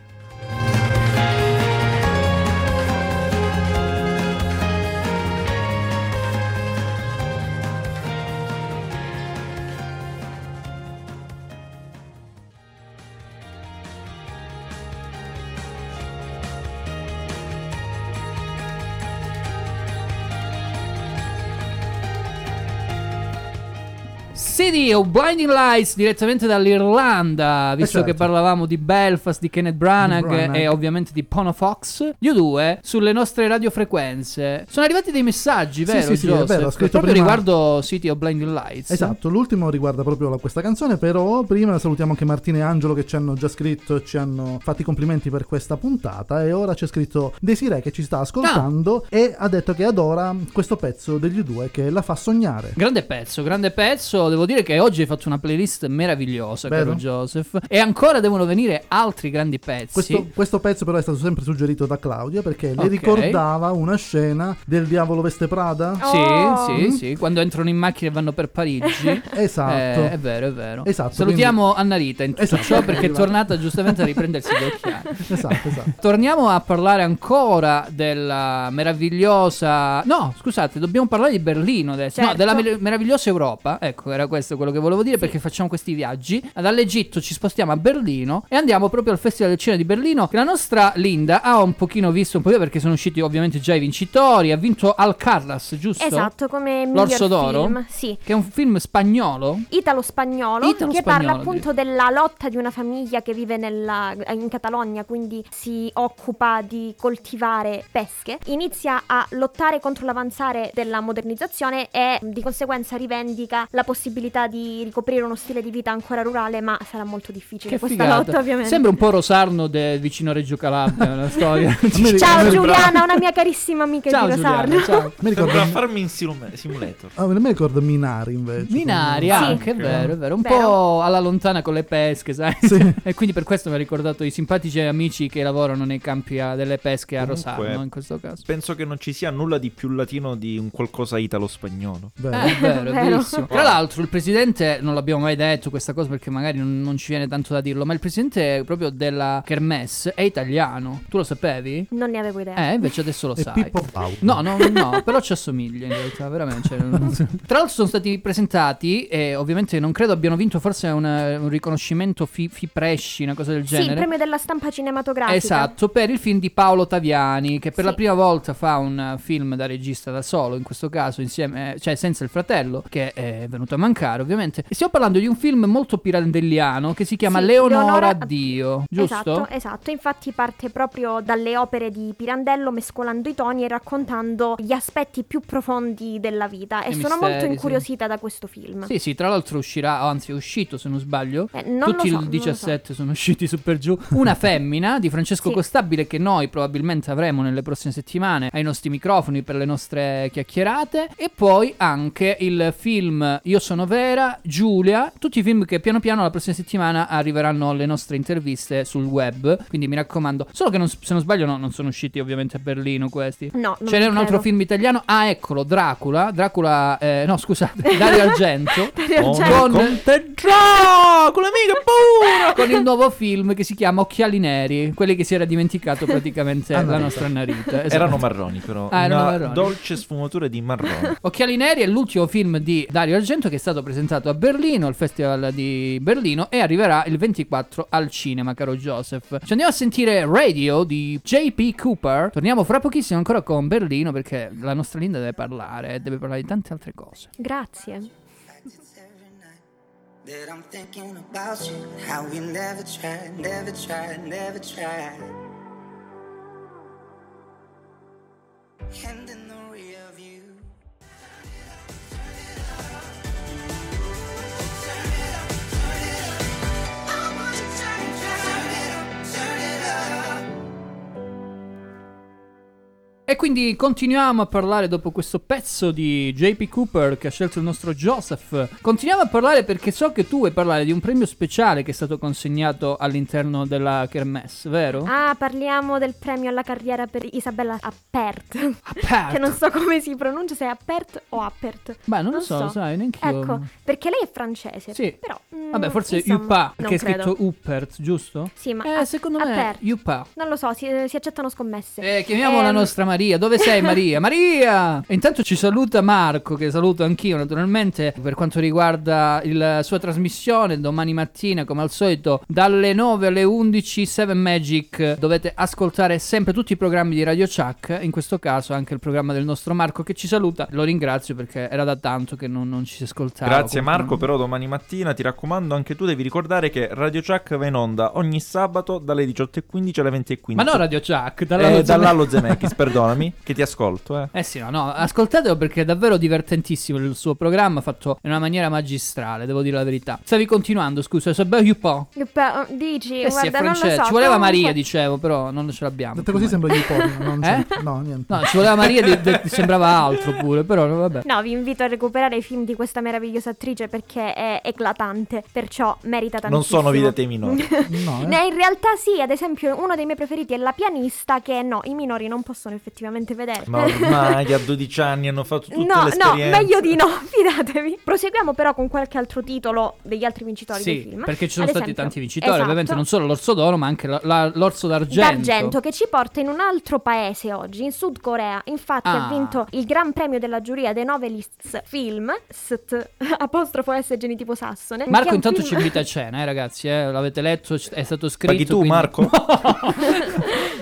City o Blinding Lights direttamente dall'Irlanda, visto Eh certo. che parlavamo di Belfast, di Kenneth Branagh, Di Branagh. e ovviamente di Bono Fox. Gli U due sulle nostre radiofrequenze. Sono arrivati dei messaggi, Sì, vero? sì, sì, è Joseph? vero, ho scritto proprio prima- riguardo City o Blinding Lights. Esatto, l'ultimo riguarda proprio la- questa canzone, però prima salutiamo anche Martina e Angelo che ci hanno già scritto e ci hanno fatto i complimenti per questa puntata, e ora c'è scritto Desiree che ci sta ascoltando e ha detto che adora questo pezzo degli U due che la fa sognare. Grande pezzo, grande pezzo. Devo dire che oggi hai fatto una playlist meravigliosa, Vero? caro Joseph. E ancora devono venire altri grandi pezzi. Questo, questo pezzo però è stato sempre suggerito da Claudia perché le Ok. ricordava una scena del Diavolo Veste Prada. Sì, Oh. sì, sì, quando entrano in macchina e vanno per Parigi. Esatto. Eh, è vero, è vero. Esatto, Salutiamo Anna Rita in tutto Esatto. ciò perché è tornata giustamente a riprendersi gli occhiali. Esatto, esatto. Torniamo a parlare ancora della meravigliosa... No, scusate, dobbiamo parlare di Berlino adesso. No, Certo. della mer- meravigliosa Europa. Ecco, era questo quello che volevo dire, perché facciamo questi viaggi. Dall'Egitto ci spostiamo a Berlino e andiamo proprio al Festival del Cinema di Berlino, che la nostra Linda ha un pochino visto un po' perché sono usciti ovviamente già i vincitori. Ha vinto Al Carras, giusto? Esatto, come L'Orso miglior d'Oro? film, sì. Che è un film spagnolo. Italo-spagnolo, Italo-spagnolo, che parla direi. appunto della lotta di una famiglia che vive nella, in Catalogna, quindi si occupa di coltivare pesche. Inizia a lottare contro l'avanzare della modernizzazione e di conseguenza rivendica la possibilità possibilità di ricoprire uno stile di vita ancora rurale, ma sarà molto difficile Che questa figata. lotta, ovviamente. Sembra un po' Rosarno de- vicino a Reggio Calabria, la storia. Ciao Giuliana, una mia carissima amica Ciao di Rosarno. Giuliana, ciao. Mi ricordo, Sembra farmi in simu- simulator. ah, me ricordo Minari invece. Minari Sì. anche, è vero, è vero. Un Vero. po' alla lontana con le pesche, sai? Sì. E quindi per questo mi ha ricordato i simpatici amici che lavorano nei campi a- delle pesche a Comunque, Rosarno, in questo caso. Penso che non ci sia nulla di più latino di un qualcosa italo-spagnolo. Vero. Eh, è vero, è Vero. verissimo. Tra l'altro il presidente, non l'abbiamo mai detto questa cosa perché magari non, non ci viene tanto da dirlo, ma il presidente proprio della Kermesse è italiano. Tu lo sapevi? Non ne avevo idea. Eh, invece adesso lo E sai. Pippo Baudo. No, no, no, però ci assomiglia in realtà, veramente. cioè, non- Tra l'altro sono stati presentati e ovviamente non credo abbiano vinto forse un, un riconoscimento Fi- Fipresci, una cosa del Sì, il genere. premio della stampa cinematografica. Esatto, per il film di Paolo Taviani, che per Sì. la prima volta fa un film da regista da solo, in questo caso insieme, cioè senza il fratello, che è venuto a mancare ovviamente. E stiamo parlando di un film molto pirandelliano che si chiama Sì, Leonora, Leonora- Dio, giusto? Esatto, esatto. Infatti parte proprio dalle opere di Pirandello, mescolando i toni e raccontando gli aspetti più profondi della vita. E I sono misteri, molto sì. incuriosita da questo film. Sì, sì, tra l'altro uscirà, o anzi è uscito se non sbaglio. Eh, non Tutti lo so, il non lo diciassette sono usciti su per giù. Una femmina di Francesco Sì. Costabile che noi probabilmente avremo nelle prossime settimane ai nostri microfoni per le nostre chiacchierate. E poi anche il film Io sono Vera, Giulia, tutti i film che piano piano la prossima settimana arriveranno alle nostre interviste sul web. Quindi mi raccomando. Solo che non- se non sbaglio no, non sono usciti ovviamente a Berlino questi. No, non Ce n'era un altro credo. film italiano. Ah, eccolo, Dracula. Dracula, eh, no scusate, Dario Argento. Dario Oh, Argento. Con, con te Dracula, mica paura! con il nuovo film che si chiama Occhiali Neri, quelli che si era dimenticato praticamente Ah, la no. nostra Narita. Esatto. Erano marroni però, Ah, erano una marroni. dolce sfumatura di marrone. Occhiali Neri è l'ultimo film di Dario Argento che è stato presentato a Berlino, al Festival di Berlino, e arriverà il ventiquattro al cinema, caro Joseph. Ci andiamo a sentire Radio di J P Cooper. Torniamo fra pochissimo ancora con Berlino perché la nostra Linda deve parlare, deve parlare di tante altre cose. Grazie. That I'm thinking about you, how we never tried, never tried, never tried. And in the rear view. E quindi continuiamo a parlare dopo questo pezzo di J P Cooper che ha scelto il nostro Joseph. Continuiamo a parlare perché so che tu vuoi parlare di un premio speciale che è stato consegnato all'interno della Kermesse, vero? Ah, parliamo del premio alla carriera per Isabella Appert. Aperto. Che non so come si pronuncia, se è Appert o Appert. Beh, non, non lo so, so. sai, neanche io. Ecco, perché lei è francese. Sì. Però, mm, Vabbè, forse insomma, Yupa, non che è credo. scritto Uppert, giusto? Sì, ma Eh, a- secondo me Appert. Yupa. Non lo so, si, si accettano scommesse. Eh, chiamiamo la Ehm, nostra Maria. Dove sei, Maria? Maria! E intanto ci saluta Marco, che saluto anch'io naturalmente, per quanto riguarda il- la sua trasmissione domani mattina, come al solito, dalle nove alle undici, Seven Magic. Dovete ascoltare sempre tutti i programmi di Radio Chuck, in questo caso anche il programma del nostro Marco che ci saluta. Lo ringrazio perché era da tanto che non, non ci si ascoltava. Grazie Comunque- Marco, però domani mattina ti raccomando anche tu devi ricordare che Radio Chuck va in onda ogni sabato dalle diciotto e quindici alle venti e Ma quindici. no Radio Chuck, Eh, dall'Allo dall'Allo Zemeckis, perdonami, che ti ascolto, eh. Eh sì, no, no, ascoltatelo perché è davvero divertentissimo il suo programma, fatto in una maniera magistrale, devo dire la verità. Stavi continuando, scusa, so beh, un po'. Beh, Dici, Eh sì, è guarda, non lo francese. so. Ci voleva comunque- Maria, dicevo, però non ce l'abbiamo. Detto così sembra Youporn, non Eh? c'è- No, niente. No, ci voleva Maria, di- de- sembrava altro pure, però no, vabbè. No, vi invito a recuperare i film di questa meravigliosa attrice perché è eclatante, perciò merita tantissimo. Non sono vide te minori. No, eh. Ne, in realtà sì, ad esempio uno dei miei preferiti è La pianista, che no, i minori non possono effettivamente vedere. Ma ormai a dodici anni hanno fatto tutte No, le no, esperienze. meglio di no, fidatevi. Proseguiamo però con qualche altro titolo degli altri vincitori Sì, del film. perché ci sono Ad stati esempio, tanti vincitori, esatto, ovviamente non solo l'Orso d'Oro, ma anche la- la- l'Orso d'Argento. D'Argento, che ci porta in un altro paese oggi, in Sud Corea. Infatti Ah. ha vinto il gran premio della giuria dei Novelists Film, st, apostrofo S genitivo sassone. che è Marco un intanto film- ci invita a cena, eh ragazzi, eh, l'avete letto, c- è stato scritto. Paghi tu, quindi- Marco?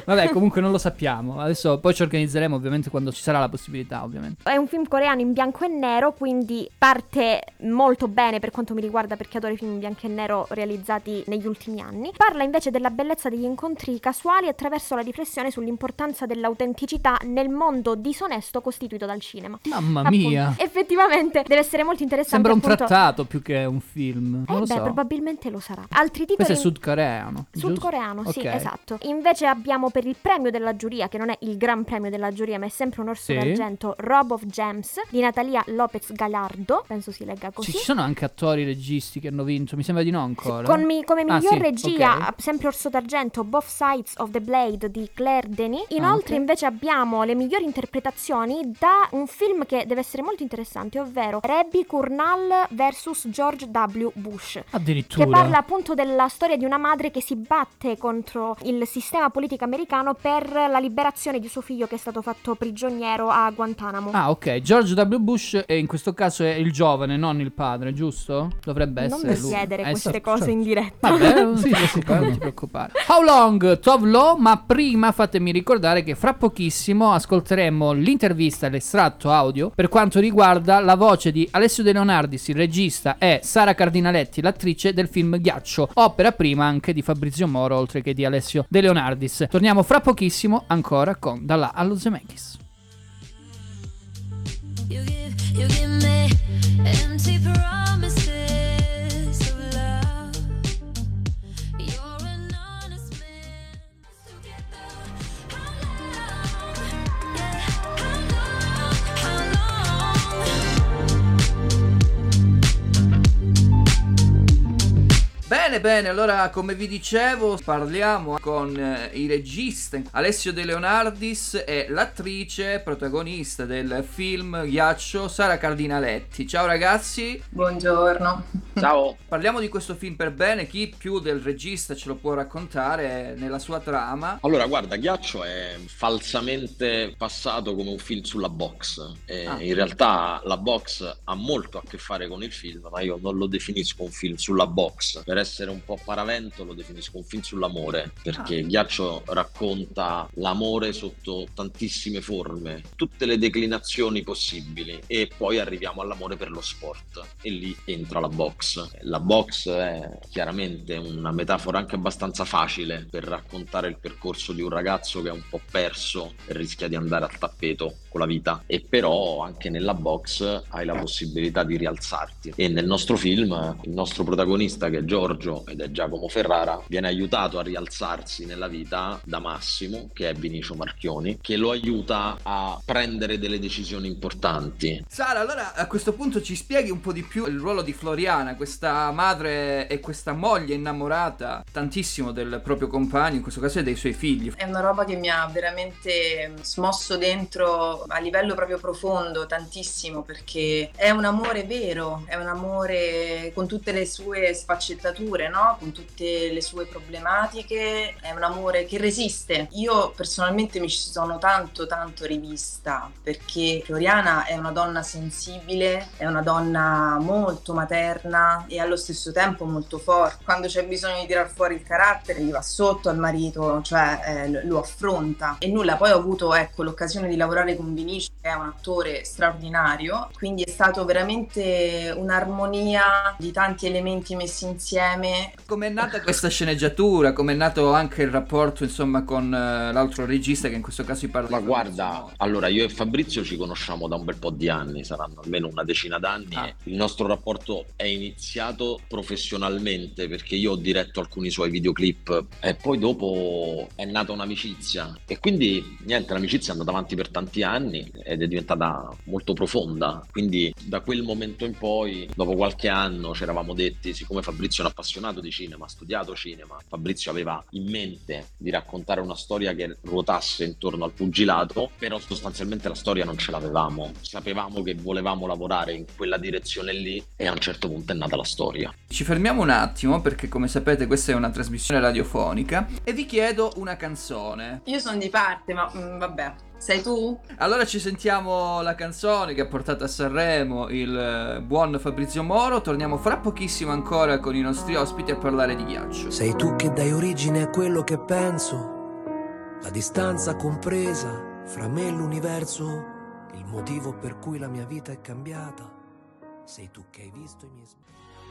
Vabbè, comunque non lo sappiamo. Adesso poi ci organizzeremo ovviamente quando ci sarà la possibilità, ovviamente. È un film coreano in bianco e nero, quindi parte molto bene per quanto mi riguarda, perché adoro i film in bianco e nero realizzati negli ultimi anni. Parla invece della bellezza degli incontri casuali attraverso la riflessione sull'importanza dell'autenticità nel mondo disonesto costituito dal cinema. Mamma Appunto, mia. effettivamente deve essere molto interessante. Sembra un appunto. trattato più che un film. Non Eh lo beh, so. probabilmente lo sarà. Altri titoli. Questo è sudcoreano. giusto? Sudcoreano, sì, Ok. esatto. Invece abbiamo per il premio della giuria, che non è il gran premio della giuria, ma è sempre un orso Sì. d'argento, Rob of Gems di Natalia Lopez Gallardo, penso si legga così. Sì, ci sono anche attori, registi che hanno vinto. Mi sembra di no ancora. Con mi- come Ah, miglior sì, regia, ok. sempre Orso d'Argento, Both Sides of the Blade di Claire Denis. Inoltre Ah, ok. invece abbiamo le migliori interpretazioni da un film che deve essere molto interessante, ovvero Rebbe Kurnal versus George W. Bush. Addirittura. Che parla appunto della storia di una madre che si batte contro il sistema politico americano per la liberazione di suo figlio che è stato fatto prigioniero a Guantanamo. Ah, ok. George W. Bush e in questo caso è il giovane, non il padre, giusto? Dovrebbe Non essere mi lui. chiedere Eh, queste sì, cose certo. in diretta. Vabbè, non ti preoccupare, non ti preoccupare. How Long, Tove Lo, ma prima fatemi ricordare che fra pochissimo ascolteremo l'intervista, l'estratto audio per quanto riguarda la voce di Alessio De Leonardis, il regista, e Sara Cardinaletti, l'attrice del film Ghiaccio, opera prima anche di Fabrizio Moro oltre che di Alessio De Leonardis. Torniamo fra pochissimo ancora con Da là allo Zemeckis. You give, you give me empty promises of love. You're an honest man. Together, how long? Yeah, how long? How long? Bene, bene, allora come vi dicevo parliamo con eh, i registi Alessio De Leonardis e l'attrice protagonista del film Ghiaccio, Sara Cardinaletti. Ciao ragazzi. Buongiorno. Ciao. Parliamo di questo film per bene, chi più del regista ce lo può raccontare nella sua trama? Allora, guarda, Ghiaccio è falsamente passato come un film sulla box. E Ah. In realtà la box ha molto a che fare con il film, ma io non lo definisco un film sulla box. Per essere un po' paravento lo definisco un film sull'amore, perché Ah. Ghiaccio racconta l'amore sotto tantissime forme, tutte le declinazioni possibili, e poi arriviamo all'amore per lo sport e lì entra la box. La box è chiaramente una metafora anche abbastanza facile per raccontare il percorso di un ragazzo che è un po' perso e rischia di andare al tappeto con la vita, e però anche nella box hai la possibilità di rialzarti, e nel nostro film il nostro protagonista, che è Giorgio ed è Giacomo Ferrara, viene aiutato a rialzarsi nella vita da Massimo, che è Vinicio Marchioni, che lo aiuta a prendere delle decisioni importanti. Sara, allora a questo punto ci spieghi un po' di più il ruolo di Floriana, questa madre e questa moglie innamorata tantissimo del proprio compagno, in questo caso e dei suoi figli. È una roba che mi ha veramente smosso dentro a livello proprio profondo, tantissimo, perché è un amore vero, è un amore con tutte le sue sfaccettature, no? Con tutte le sue problematiche, è un amore che resiste. Io personalmente mi ci sono tanto tanto rivista, perché Floriana è una donna sensibile, è una donna molto materna e allo stesso tempo molto forte. Quando c'è bisogno di tirar fuori il carattere gli va sotto al marito, cioè eh, lo affronta. E nulla, poi ho avuto ecco l'occasione di lavorare con Vinicio, che è un attore straordinario, quindi è stato veramente un'armonia di tanti elementi messi insieme. Com'è nata questa sceneggiatura? Com'è nato anche il rapporto insomma con eh, l'altro regista, che in questo caso si parla Ma di guarda, allora io e Fabrizio ci conosciamo da un bel po' di anni, saranno almeno una decina d'anni. Ah. E il nostro rapporto è iniziato professionalmente perché io ho diretto alcuni suoi videoclip e poi dopo è nata un'amicizia, e quindi niente, l'amicizia è andata avanti per tanti anni ed è diventata molto profonda. Quindi da quel momento in poi, dopo qualche anno, ci eravamo detti, siccome Fabrizio è un appassionato di cinema, ha studiato cinema, Fabrizio aveva in mente di raccontare una storia che ruotasse intorno al pugilato, però sostanzialmente la storia non ce l'avevamo, sapevamo che volevamo lavorare in quella direzione lì, e a un certo punto è nata la storia. Ci fermiamo un attimo perché, come sapete, questa è una trasmissione radiofonica e vi chiedo una canzone. Io sono di parte, ma mm, vabbè. Sei tu? Allora ci sentiamo la canzone che ha portato a Sanremo il eh, buon Fabrizio Moro. Torniamo fra pochissimo ancora con i nostri ospiti a parlare di Ghiaccio. Sei tu che dai origine a quello che penso. La distanza compresa fra me e l'universo, il motivo per cui la mia vita è cambiata, sei tu che hai visto i miei sbagli.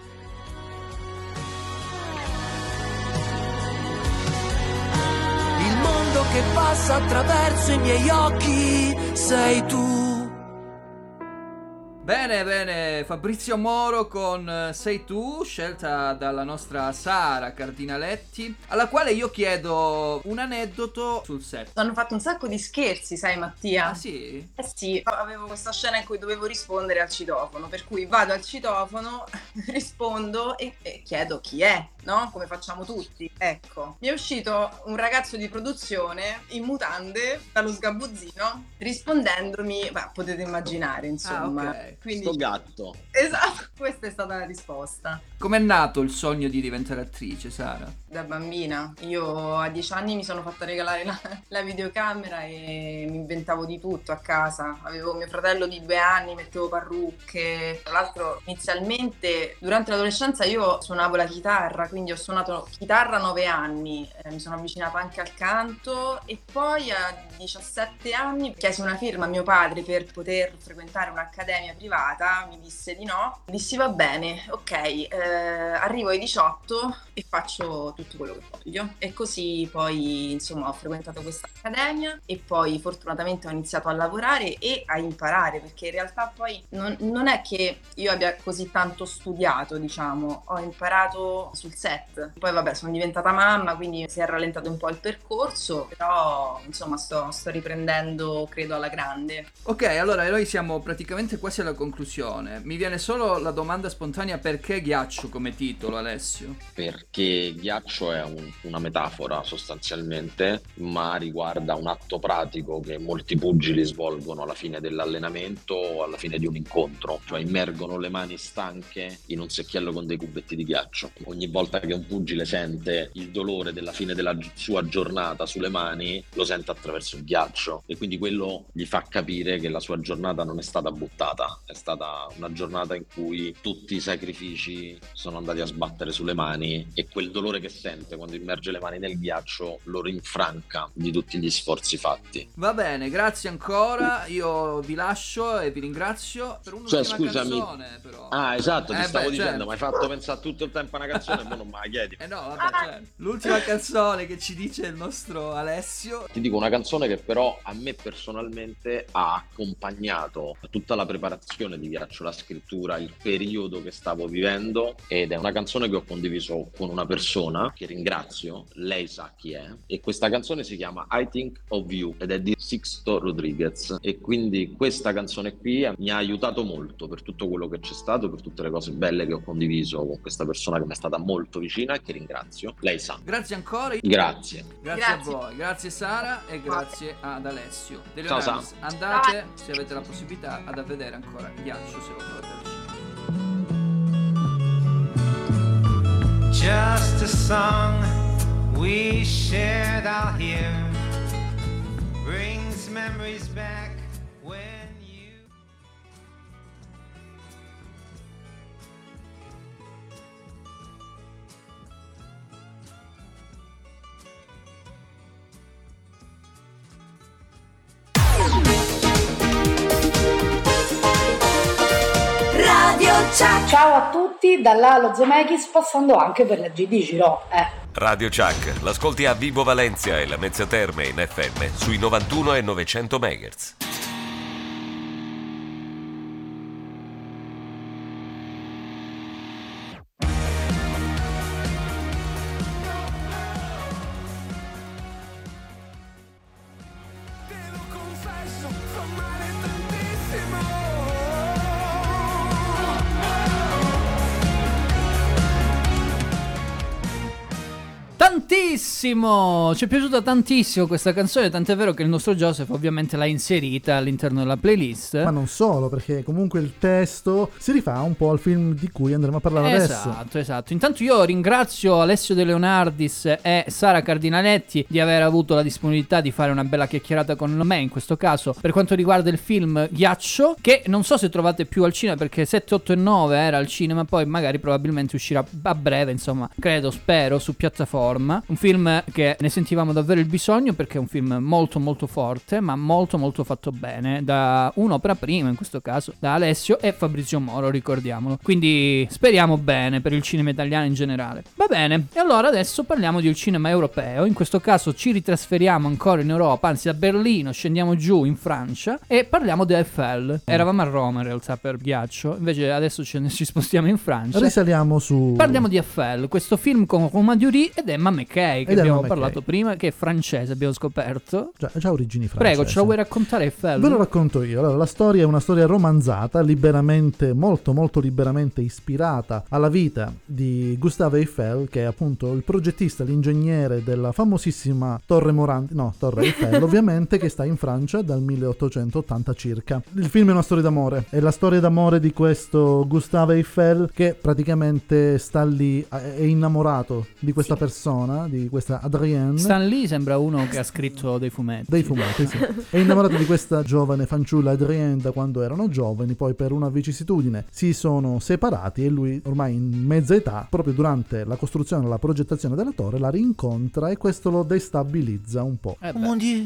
Il mondo che passa attraverso i miei occhi, sei tu. Bene, bene, Fabrizio Moro con eh, Sei tu, scelta dalla nostra Sara Cardinaletti, alla quale io chiedo un aneddoto sul set. Hanno fatto un sacco di scherzi, sai Mattia? Ah sì? Eh sì, avevo questa scena in cui dovevo rispondere al citofono, per cui vado al citofono, rispondo e, e chiedo chi è, no? Come facciamo tutti. Ecco, mi è uscito un ragazzo di produzione in mutande dallo sgabuzzino rispondendomi, beh, potete immaginare, insomma. Ah, ok. Quindi, Sto gatto. esatto, questa è stata la risposta. Com'è nato il sogno di diventare attrice, Sara? Da bambina, io a dieci anni mi sono fatta regalare la, la videocamera e mi inventavo di tutto a casa. Avevo mio fratello di due anni, mettevo parrucche. Tra l'altro inizialmente durante l'adolescenza io suonavo la chitarra, quindi ho suonato chitarra a nove anni, eh, mi sono avvicinata anche al canto e poi a diciassette anni chiesi una firma a mio padre per poter frequentare un'accademia privata, mi disse di no, dissi va bene, ok, eh, arrivo ai diciotto e faccio tutto quello che voglio. E così poi insomma ho frequentato questa accademia e poi fortunatamente ho iniziato a lavorare e a imparare, perché in realtà poi non, non è che io abbia così tanto studiato, diciamo, ho imparato sul set. Poi vabbè, sono diventata mamma, quindi si è rallentato un po' il percorso, però insomma sto, sto riprendendo credo alla grande. Ok, allora noi siamo praticamente quasi alla conclusione. Mi viene solo la domanda spontanea: perché Ghiaccio come titolo, Alessio? Perché ghiaccio è un- una metafora sostanzialmente, ma riguarda un atto pratico che molti pugili svolgono alla fine dell'allenamento o alla fine di un incontro, cioè immergono le mani stanche in un secchiello con dei cubetti di ghiaccio. Ogni volta che un pugile sente il dolore della fine della gi- sua giornata sulle mani, lo sente attraverso il ghiaccio e quindi quello gli fa capire che la sua giornata non è stata buttata, è stata una giornata in cui tutti i sacrifici sono andati a sbattere sulle mani e quel dolore che sente quando immerge le mani nel ghiaccio lo rinfranca di tutti gli sforzi fatti. Va bene, grazie ancora. Io vi lascio e vi ringrazio per un'ultima Cioè, scusami. canzone, però. Ah, esatto, ti Eh, stavo beh, dicendo, certo. mi hai fatto pensare tutto il tempo a una canzone e poi non me la chiedi. Eh no, vabbè, cioè, l'ultima canzone che ci dice il nostro Alessio. Ti dico una canzone che però a me personalmente ha accompagnato tutta la preparazione di Ghiaccio, la scrittura, il periodo che stavo vivendo, ed è una canzone che ho condiviso con una persona che ringrazio, lei sa chi è, e questa canzone si chiama I Think of You ed è di Sixto Rodriguez, e quindi questa canzone qui mi ha aiutato molto per tutto quello che c'è stato, per tutte le cose belle che ho condiviso con questa persona che mi è stata molto vicina e che ringrazio, lei sa. Grazie ancora. Grazie. Grazie, Grazie. a voi, grazie Sara e grazie ad Alessio. De Ciao, Leonardis, Sara. andate, se avete la possibilità, ad vedere ancora Ghiaccio, se lo trovate al cinema. Just a song we shared out here brings memories back when you. Radio Chuck. Ciao a tutti, dalla allo Zemeckis passando anche per la G D Giro. Eh. Radio Chuck, l'ascolti a Vibo Valencia e Lamezia Terme in F M sui novantuno e novecento megahertz. Tantissimo! Ci è piaciuta tantissimo questa canzone, tant'è vero che il nostro Joseph ovviamente l'ha inserita all'interno della playlist. Ma non solo, perché comunque il testo si rifà un po' al film di cui andremo a parlare adesso. Esatto, esatto. Intanto io ringrazio Alessio De Leonardis e Sara Cardinaletti di aver avuto la disponibilità di fare una bella chiacchierata con me, in questo caso per quanto riguarda il film Ghiaccio, che non so se trovate più al cinema, perché sette, otto e nove era al cinema, poi magari probabilmente uscirà a breve, insomma, credo, spero, su piattaforma. Un film che ne sentivamo davvero il bisogno, perché è un film molto molto forte, ma molto molto fatto bene, da un'opera prima in questo caso, da Alessio e Fabrizio Moro, ricordiamolo. Quindi speriamo bene per il cinema italiano in generale. Va bene, e allora adesso parliamo del cinema europeo. In questo caso ci ritrasferiamo ancora in Europa, anzi a Berlino, scendiamo giù in Francia e parliamo di Eiffel. Eravamo a Roma in realtà per ghiaccio, invece adesso ce ne ci spostiamo in Francia. Risaliamo su... Parliamo di Eiffel, questo film con Romain Duris ed Emma Mackey, che Ed abbiamo Emma parlato Mackey. prima, che è francese, abbiamo scoperto. Già, già origini francesi. Prego, ce la vuoi raccontare Eiffel? Ve lo racconto io. Allora, la storia è una storia romanzata, liberamente, molto molto liberamente ispirata alla vita di Gustave Eiffel, che è appunto il progettista, l'ingegnere della famosissima Torre Morandi, no, Torre Eiffel, ovviamente, che sta in Francia dal milleottocentottanta circa. Il film è una storia d'amore, è la storia d'amore di questo Gustave Eiffel che praticamente sta lì, è innamorato di questa persona, di questa Adrienne. Stan Lee sembra uno che ha scritto dei fumetti. Dei fumetti, sì. È innamorato di questa giovane fanciulla Adrienne da quando erano giovani, poi per una vicissitudine si sono separati e lui, ormai in mezza età, proprio durante la costruzione e la progettazione della torre, la rincontra e questo lo destabilizza un po'. Eh beh. Mon Dieu,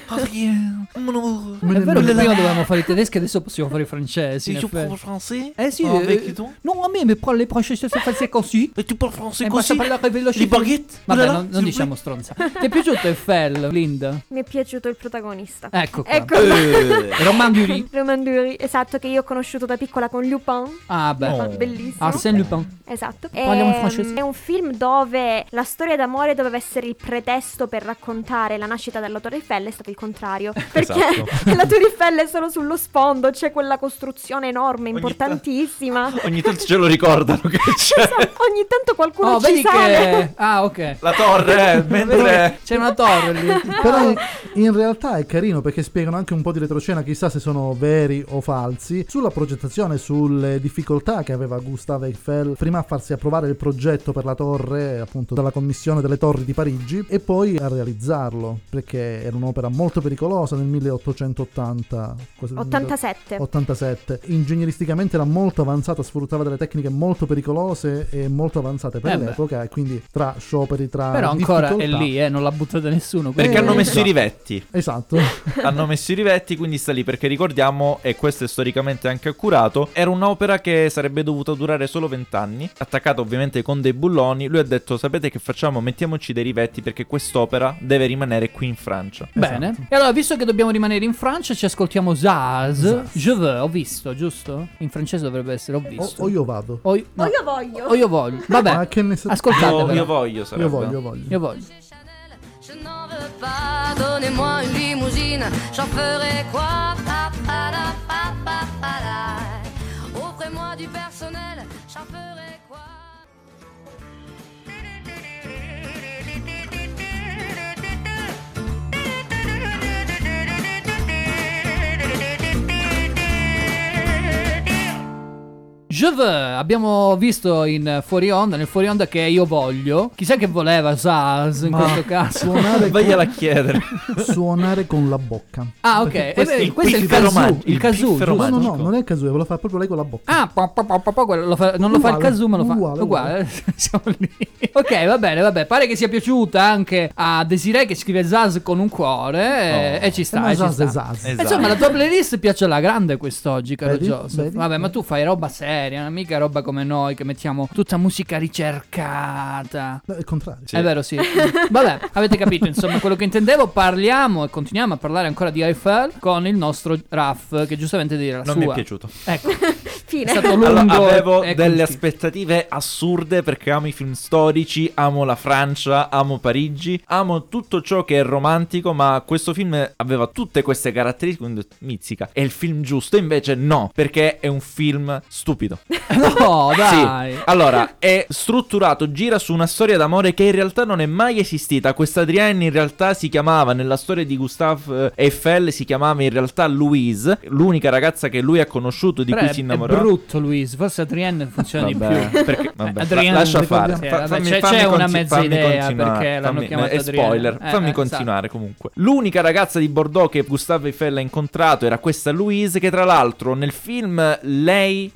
Adrien, mon amour. È vero che prima dovevamo fare i tedeschi, adesso possiamo fare i francesi. Et in tu effetti. parles français? Eh sì, Oh, eh, avec toi? non, a me, mais parle les français, c'est facile così. Et tu parles français Eh, così? basta parlare veloce. Les baguettes? Vabbè, Voilà, non, s'il non vous diciamo plaît. stronza. Ti è piaciuto Eiffel, Linda? Mi è piaciuto il protagonista. Ecco qua. Ecco. Eh. Romain Duris. Romain Duris, esatto, che io ho conosciuto da piccola con Lupin. Ah beh. Oh. Bellissimo. Arsène Lupin. Esatto. Parliamo in Ehm, francese. È un film dove la storia d'amore doveva essere il pretesto per raccontare la nascita della Torre Eiffel, è stato il contrario. Perché Esatto. la Torre Eiffel è solo sullo sfondo, c'è quella costruzione enorme, Ogni importantissima. Ogni tanto ce lo ricordano che c'è Esatto, ogni tanto qualcuno Oh, ci vedi sale. che... Ah, ok. la torre, eh, mentre... C'è una torre lì. Però in realtà è carino perché spiegano anche un po' di retroscena, chissà se sono veri o falsi, sulla progettazione, sulle difficoltà che aveva Gustave Eiffel prima a farsi approvare il progetto per la torre, appunto dalla commissione delle torri di Parigi, e poi a realizzarlo, perché era un'opera molto pericolosa nel milleottocentottanta ottantasette. ottantasette. Ingegneristicamente era molto avanzata, sfruttava delle tecniche molto pericolose e molto avanzate per Eh beh. l'epoca, e quindi tra scioperi, tra Però ancora è difficoltà- lì, eh, non l'ha buttata nessuno. Perché quindi- hanno messo esatto. i rivetti. Esatto. Hanno messo i rivetti, quindi sta lì, perché ricordiamo, e questo è storicamente anche accurato, era un'opera che sarebbe dovuta durare solo vent'anni, attaccata ovviamente con dei bulloni. Lui ha detto: sapete che facciamo? Mettiamoci dei rivetti perché quest'opera deve rimanere qui in Francia. Bene. Esatto. E allora, visto che dobbiamo rimanere in Francia, ci ascoltiamo Zaz. Zaz. Je veux, ho visto, giusto? In francese dovrebbe essere ho O, visto. o io vado. O, no. O io voglio. O io voglio. Vabbè. Ma che ne sa- Ascoltate. Io, però. io voglio, sarebbe. Io voglio, io voglio. Io voglio. Je n'en veux pas, donnez-moi une limousine, j'en ferai quoi? Pa, pa, da, pa, pa, pa, da. Offrez-moi du personnel, j'en ferai quoi? Je veux, abbiamo visto in fuori onda, nel fuori onda, che io voglio. Chissà che voleva Zaz in Ma questo caso. Suonare Vagliela a con, chiedere. suonare con la bocca. Ah, ok. Perché Eh, questo è beh, il questo è il piffero kazoo. romantico, Il il kazoo, piffero giusto? No, no, no, Magico. non è il kazoo, ve lo fa proprio lei con la bocca. Ah, po, po, po, po, po, quello lo fa- non lo fa il Uguale, kazoo, ma lo fa uguale, uguale. Siamo lì. Ok, va bene, vabbè. Pare che sia piaciuta anche a Desiree, che scrive Zaz con un cuore. E, Oh. e ci sta. Ma e ci Zaz sta. è Zaz. Esatto. Insomma, la tua playlist piace alla grande quest'oggi, caro Vedi? Joseph. Vedi? Vabbè, ma tu fai roba seria, non mica roba come noi che mettiamo tutta musica ricercata. No, è il contrario. È vero, sì. Vabbè, avete capito insomma quello che intendevo. Parliamo e continuiamo a parlare ancora di Eiffel con il nostro Raff, che giustamente dirà la Non sua. mi è piaciuto. Ecco, Fine. è stato lungo. Allora, avevo e- e delle conti- aspettative assurde perché amo i film storici, amo la Francia, amo Parigi, amo tutto ciò che è romantico, ma questo film aveva tutte queste caratteristiche, quindi mizzica. È il film giusto, invece no, perché è un film stupido. No, dai. Sì. Allora, è strutturato, gira su una storia d'amore che in realtà non è mai esistita. Questa Adrienne in realtà si chiamava, nella storia di Gustave Eiffel, si chiamava in realtà Louise, l'unica ragazza che lui ha conosciuto, di Però cui è, si è innamorò. brutto, Luis. Forse Adrienne funziona Vabbè, di più. perché, vabbè, Adrienne, la- lascia ricordiamo- fare. sì, Fa- vabbè, fammi- c'è, fammi c'è una conti- mezza fammi idea continuare, perché l'hanno fammi- chiamata è Adrienne. spoiler, Eh, fammi eh, continuare comunque. L'unica ragazza di Bordeaux che Gustave Eiffel ha incontrato era questa Louise, che tra l'altro nel film lei non sposa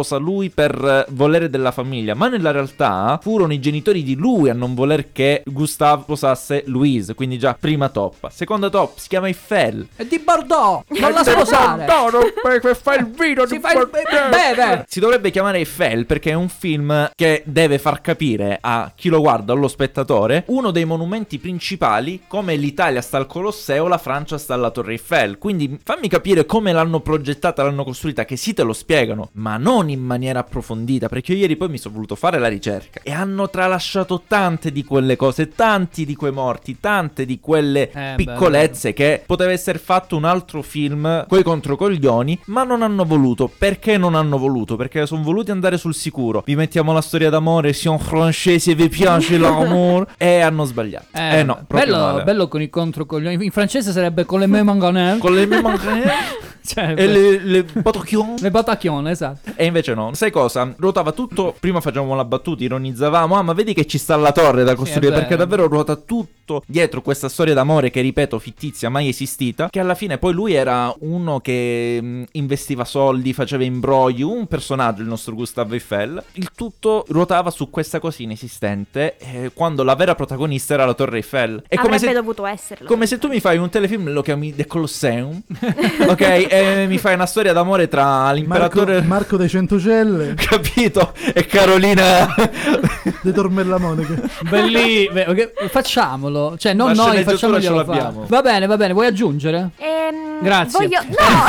sposa lui per eh, volere della famiglia, ma nella realtà furono i genitori di lui a non voler che Gustave sposasse Louise, quindi già prima toppa. Seconda top, si chiama Eiffel. È di Bordeaux, non la sposare. No, no, perché fa il vino Si di fa il beve. Si dovrebbe chiamare Eiffel perché è un film che deve far capire a chi lo guarda, allo spettatore, uno dei monumenti principali, come l'Italia sta al Colosseo, la Francia sta alla Torre Eiffel. Quindi fammi capire come l'hanno progettata, l'hanno costruita, che sì te lo spiegano, ma non in maniera approfondita, perché io ieri poi mi sono voluto fare la ricerca e hanno tralasciato tante di quelle cose, tanti di quei morti, tante di quelle Eh, piccolezze che poteva essere fatto un altro film coi controcoglioni, ma non hanno voluto. Perché non hanno voluto? Perché sono voluti andare sul sicuro. Vi mettiamo la storia d'amore, siamo francesi e vi piace l'amour, e hanno sbagliato. Eh, Eh, no, proprio bello, male. bello con i controcoglioni. In francese sarebbe con le mains manganelles. Con le mie manganelle Cioè, e le, le batacchion. le batacchione, esatto. E invece no. Sai cosa? Ruotava tutto. Prima facevamo la battuta, ironizzavamo. Ah, ma vedi che ci sta la torre da costruire. è vero. Perché davvero ruota tutto dietro questa storia d'amore che, ripeto, fittizia, mai esistita. Che alla fine poi lui era uno che mh, investiva soldi, faceva imbrogli. Un personaggio, il nostro Gustave Eiffel. Il tutto ruotava su questa cosa inesistente. Eh, quando la vera protagonista era la Torre Eiffel. È come Avrebbe se, dovuto esserlo. come se tu mi fai un telefilm, lo chiami The Colosseum. Ok? E mi fai una storia d'amore tra Marco, l'imperatore. Marco dei Centocelle Capito? E Carolina De Tormellamone che... Belli, beh, ok, facciamolo. Cioè, non La noi, sceneggiatura ce facciamoglielo l'abbiamo. fare. Va bene, va bene. Vuoi aggiungere? Ehm, Grazie. Voglio...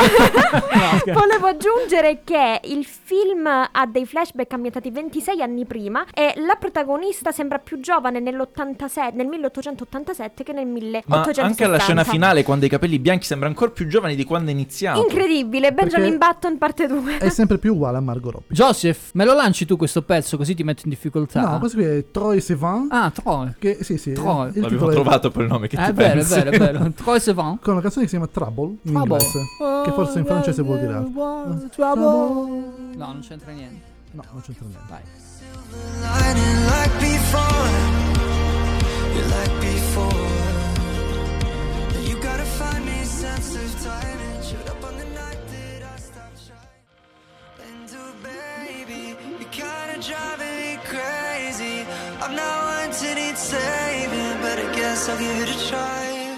No! Volevo aggiungere che il film ha dei flashback ambientati ventisei anni prima e la protagonista sembra più giovane nell'ottantasette, nel milleottocentottantasette che nel Ma milleottocentosessanta. anche alla scena finale, quando i capelli bianchi sembra ancora più giovane di quando è iniziato. Incredibile, Benjamin Perché- Button parte due. è sempre più uguale a Margot Robbie. Joseph, me lo lanci tu questo pezzo così ti metto in difficoltà? No, questo qui è Troy Sivan. Ah, Troy. Che sì, sì. Troy. il L'abbiamo titolo è- trovato per il nome, che Eh, ti è vero, è pensi? vero, è vero. Troy Sivan. Con una canzone che si chiama Trouble in Trouble. inglese. Che forse in francese vuol dire altro. Trouble. No, non c'entra niente. No, non c'entra niente. Vai. Lining like before, you like before. You gotta find me sense of timing. Showed up on the night that I stopped trying. And oh baby, you kinda driving me crazy. I'm not one to need saving, but I guess I'll give it a try.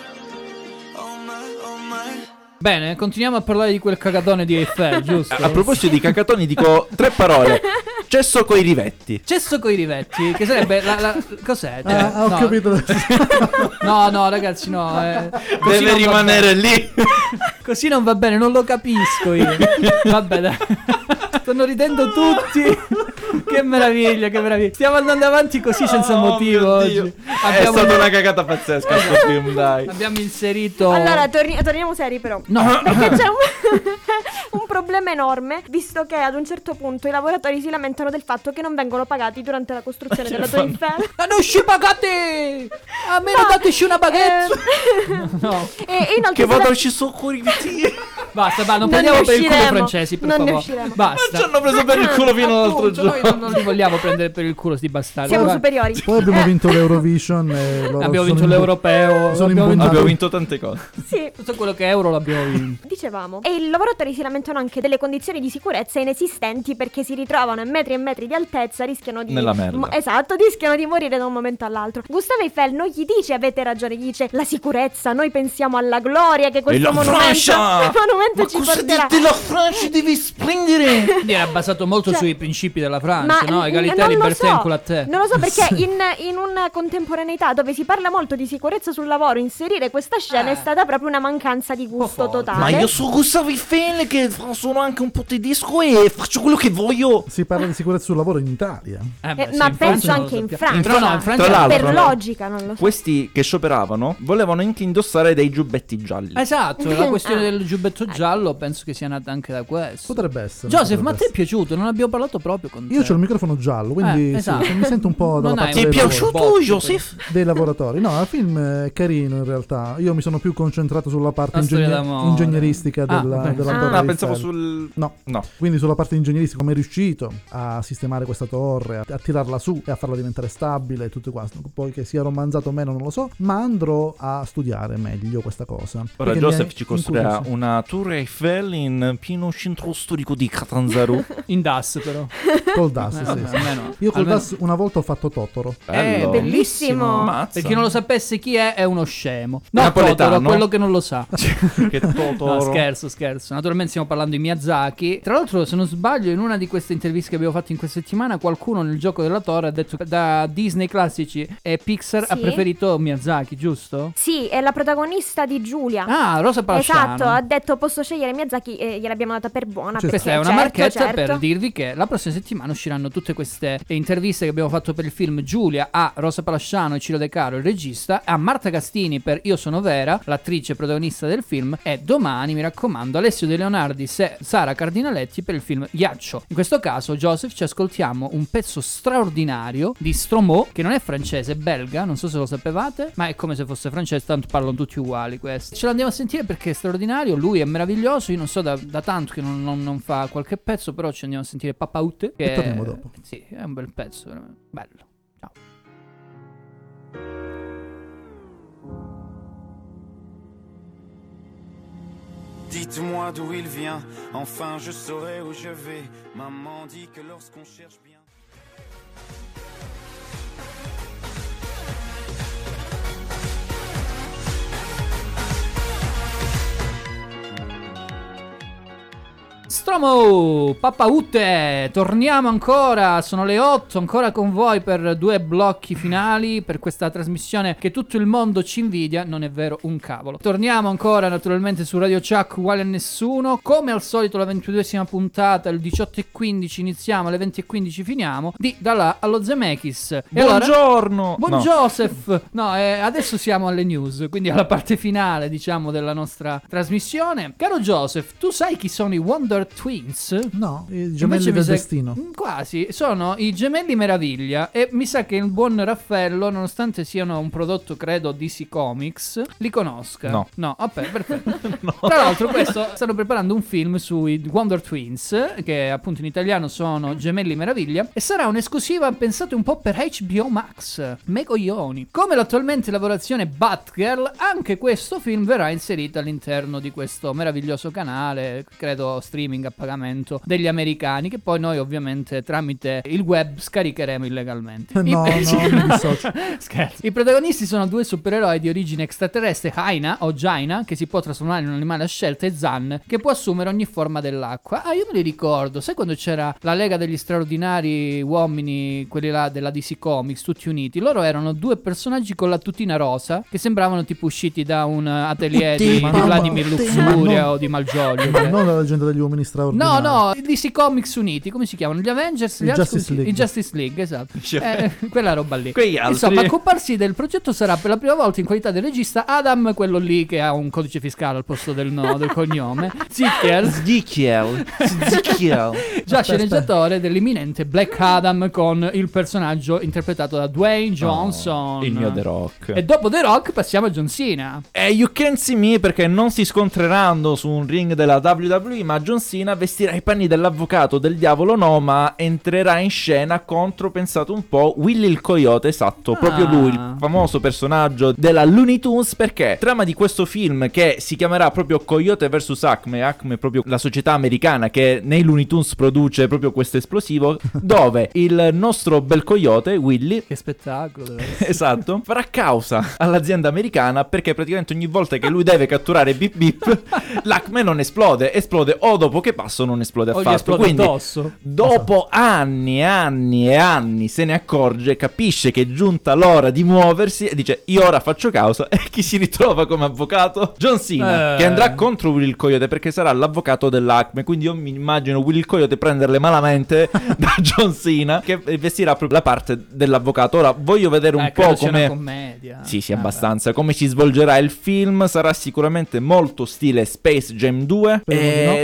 Oh my, oh my. Bene, continuiamo a parlare di quel cagatone di Eiffel, giusto? A proposito di cacatoni, dico tre parole. Cesso coi rivetti. Cesso coi rivetti, che sarebbe la, la- cos'è? Cioè, Ah, ho no. capito adesso. No, no, ragazzi, no. eh, così Deve non va rimanere bene. lì. Così non va bene, non lo capisco io. Vabbè, dai. Stanno ridendo tutti. Che meraviglia, che meraviglia. Stiamo andando avanti così senza Oh, motivo mio Dio. oggi. È stata una cagata pazzesca questo film, dai. Abbiamo inserito. Allora, torni- torniamo seri però. No. Perché c'è un, un problema enorme, visto che ad un certo punto i lavoratori si lamentano del fatto che non vengono pagati durante la costruzione della Torre Eiffel. Ma non ci pagate! A me non dateci una baguette! No. E, e inoltre Che si la- vado ci sono con i rivetti. Basta, va, non Non prendiamo ne per il culo i usciremo. francesi, per Non ne favore. usciremo. Basta. Ci hanno preso per il culo fino all'altro Appunto, noi giorno. non, non li vogliamo prendere per il culo sti bastardi. siamo va. superiori. Poi abbiamo vinto l'Eurovision e loro Abbiamo sono vinto imbu- l'europeo. sono abbiamo imbunnati. vinto Abbiamo vinto tante cose. Sì. tutto quello che è euro l'abbiamo vinto. Dicevamo, e i lavoratori si lamentano anche delle condizioni di sicurezza inesistenti perché si ritrovano a metri e metri di altezza, rischiano di Nella merda. mo- esatto, rischiano di morire da un momento all'altro. Gustave Eiffel non gli dice avete ragione, gli dice la sicurezza, noi pensiamo alla gloria che questo la monumento, Francia! monumento Ma ci cosa porterà. dite la Francia devi splendere? Quindi era basato molto Cioè, sui principi della Francia, no? n- Egalità, non lo libertà, so. in culo a te. Non lo so perché in, in una contemporaneità dove si parla molto di sicurezza sul lavoro, inserire questa scena Eh. è stata proprio una mancanza di gusto forte. totale. Ma io sono Gustavo Eiffel che sono anche un po' tedesco e faccio quello che voglio. Si parla di sicurezza sul lavoro in Italia. Eh, beh, Eh, sì, ma in penso Francia non lo anche in sappiamo. Francia. No, no, in Francia Tra l'altro, per no. logica, non lo so. Questi che scioperavano volevano anche indossare dei giubbetti gialli. Esatto, la questione Ah. del giubbetto giallo penso che sia nata anche da questo. Potrebbe essere. Joseph, potrebbe ma a te è essere. piaciuto? Non abbiamo parlato proprio con te. Io ho il microfono giallo, quindi Eh, sì, esatto. mi sento un po' dalla Non hai parte un Ti è dei, piaciuto, Botto, Joseph? dei lavoratori. No, il film è carino in realtà. Io mi sono più concentrato sulla parte La storia ingegner- d'amore. ingegneristica Ah, della, vabbè. della Ah. Torre Ah, pensavo pensavo Eiffel. sul... No. No. Quindi sulla parte ingegneristica, come è riuscito a sistemare questa torre, a, a tirarla su e a farla diventare stabile e tutto questo. Poi che sia romanzato o meno non lo so, ma andrò a studiare meglio questa cosa. Ora Perché mi Joseph è ci costruirà incuriosito. una Tour Eiffel in pieno centro storico di Catanzaro. In D A S però. Col D A S, Eh, sì, vabbè, sì. almeno- Io col almeno- D A S una volta ho fatto Totoro. Eh, bellissimo. Ammazza. Per chi non lo sapesse chi è, è uno scemo. No, Napoletano. Totoro, quello che non lo sa. Che Totoro. No, scherzo, scherzo. Naturalmente stiamo parlando di Miyazaki. Tra l'altro, se non sbaglio, in una di queste interviste che abbiamo fatto in questa settimana, qualcuno nel gioco della Torre ha detto che da Disney classici e Pixar ha Sì. preferito Miyazaki, giusto? Sì, è la protagonista di Giulia. Ah, Rosa Palasciano. Esatto, ha detto posso scegliere Miyazaki e gliel'abbiamo data per buona. perché, Questa è una certo, marchetta certo. per dirvi che la prossima settimana usciranno tutte queste interviste che abbiamo fatto per il film Giulia a Rosa Palasciano e Ciro De Caro, il regista, a Marta Castini per Io sono Vera, l'attrice protagonista del film, e domani, mi raccomando, Alessio De Leonardi e Sara Cardinaletti per il film Ghiaccio. In questo caso, Joseph, ci ascoltiamo un pezzo straordinario di Stromae, che non è francese, è belga, non so se lo sapevate, ma è come se fosse francese, tanto parlano tutti uguali questi. Ce l'andiamo a sentire perché è straordinario, lui è meraviglioso, io non so da, da tanto che non, non- non fa qualche pezzo, però ci andiamo a sentire Papaute. Che E torniamo dopo. Sì, è un bel pezzo, veramente bello. Ciao. Dites-moi d'où il vient, enfin je saurai où je vais. Maman dit que lorsqu'on cherche bien... Stromo, Papaute, torniamo ancora, sono le otto, ancora con voi per due blocchi finali per questa trasmissione che tutto il mondo ci invidia, non è vero un cavolo. Torniamo ancora naturalmente su Radio Chuck uguale a nessuno, come al solito la ventiduesima puntata, alle diciotto e quindici iniziamo, alle venti e quindici finiamo, di Da là allo Zemeckis. E Buongiorno! allora, buon No. Joseph! No, eh, adesso siamo alle news, quindi alla parte finale diciamo della nostra trasmissione. Caro Joseph, tu sai chi sono i Wonder Twins? No, i Invece gemelli mi del sa- destino. Mm, Quasi, sono i gemelli meraviglia e mi sa che il buon Raffaello, nonostante siano un prodotto credo D C Comics, li conosca. No. No, vabbè, perfetto. Tra l'altro questo stanno preparando un film sui Wonder Twins, che appunto in italiano sono gemelli meraviglia, e sarà un'esclusiva, pensate un po', per H B O Max. Me coglioni. Come l'attualmente in lavorazione Batgirl, anche questo film verrà inserito all'interno di questo meraviglioso canale, credo streaming a pagamento degli americani, che poi noi ovviamente tramite il web scaricheremo illegalmente. No, I- no, mi dissocio. Scherzo. I protagonisti sono due supereroi di origine extraterrestre, Jaina o Jaina, che si può trasformare in un animale a scelta, e Zan, che può assumere ogni forma dell'acqua. Ah, io me li ricordo, sai quando c'era la Lega degli Straordinari Uomini, quelli là della D C Comics, tutti uniti? Loro erano due personaggi con la tutina rosa, che sembravano tipo usciti da un atelier di, Ma di no, Vladimir ma- Luxuria ma no. o di Malgioglio. Ma non la leggenda degli uomini No, straordinari. no, i D C Comics uniti, come si chiamano? Gli Avengers? I Gli altri Justice come si- League. I Justice League, esatto. Eh, quella roba lì. Quegli altri. Insomma, a occuparsi del progetto sarà per la prima volta in qualità del regista Adam, quello lì che ha un codice fiscale al posto del, no, del cognome, Zikiel, Zikiel. Zikiel. già Aspetta, sceneggiatore dell'imminente Black Adam, con il personaggio interpretato da Dwayne Johnson. Il mio The Rock. E dopo The Rock passiamo a John Cena. E you can see me, perché non si scontreranno su un ring della W W E, ma John Cena vestirà i panni dell'avvocato del diavolo, no, ma entrerà in scena contro, pensate un po', Willy il Coyote, esatto, Ah. proprio lui, il famoso personaggio della Looney Tunes, perché trama di questo film, che si chiamerà proprio Coyote versus Acme, Acme è proprio la società americana che nei Looney Tunes produce proprio questo esplosivo, dove il nostro bel coyote, Willy, Che spettacolo. deve essere. esatto, farà causa all'azienda americana, perché praticamente ogni volta che lui deve catturare Bip Bip, l'Acme non esplode, esplode o dopo che passa o non esplode O gli affatto. esplode Quindi addosso. dopo anni e anni e anni se ne accorge, capisce che è giunta l'ora di muoversi e dice io ora faccio causa, e chi si ritrova come avvocato? John Cena, Eh. che andrà contro Willy il Coyote perché sarà l'avvocato dell'Acme. Quindi io mi immagino Willy il Coyote prenderle malamente da John Cena, che vestirà proprio la parte dell'avvocato. Ora voglio vedere un Eh, po' credo sia come una commedia. sì, sì, Eh, abbastanza. Come si svolgerà il film? Sarà sicuramente molto stile Space Jam due. Speriamo E di no. speriamo che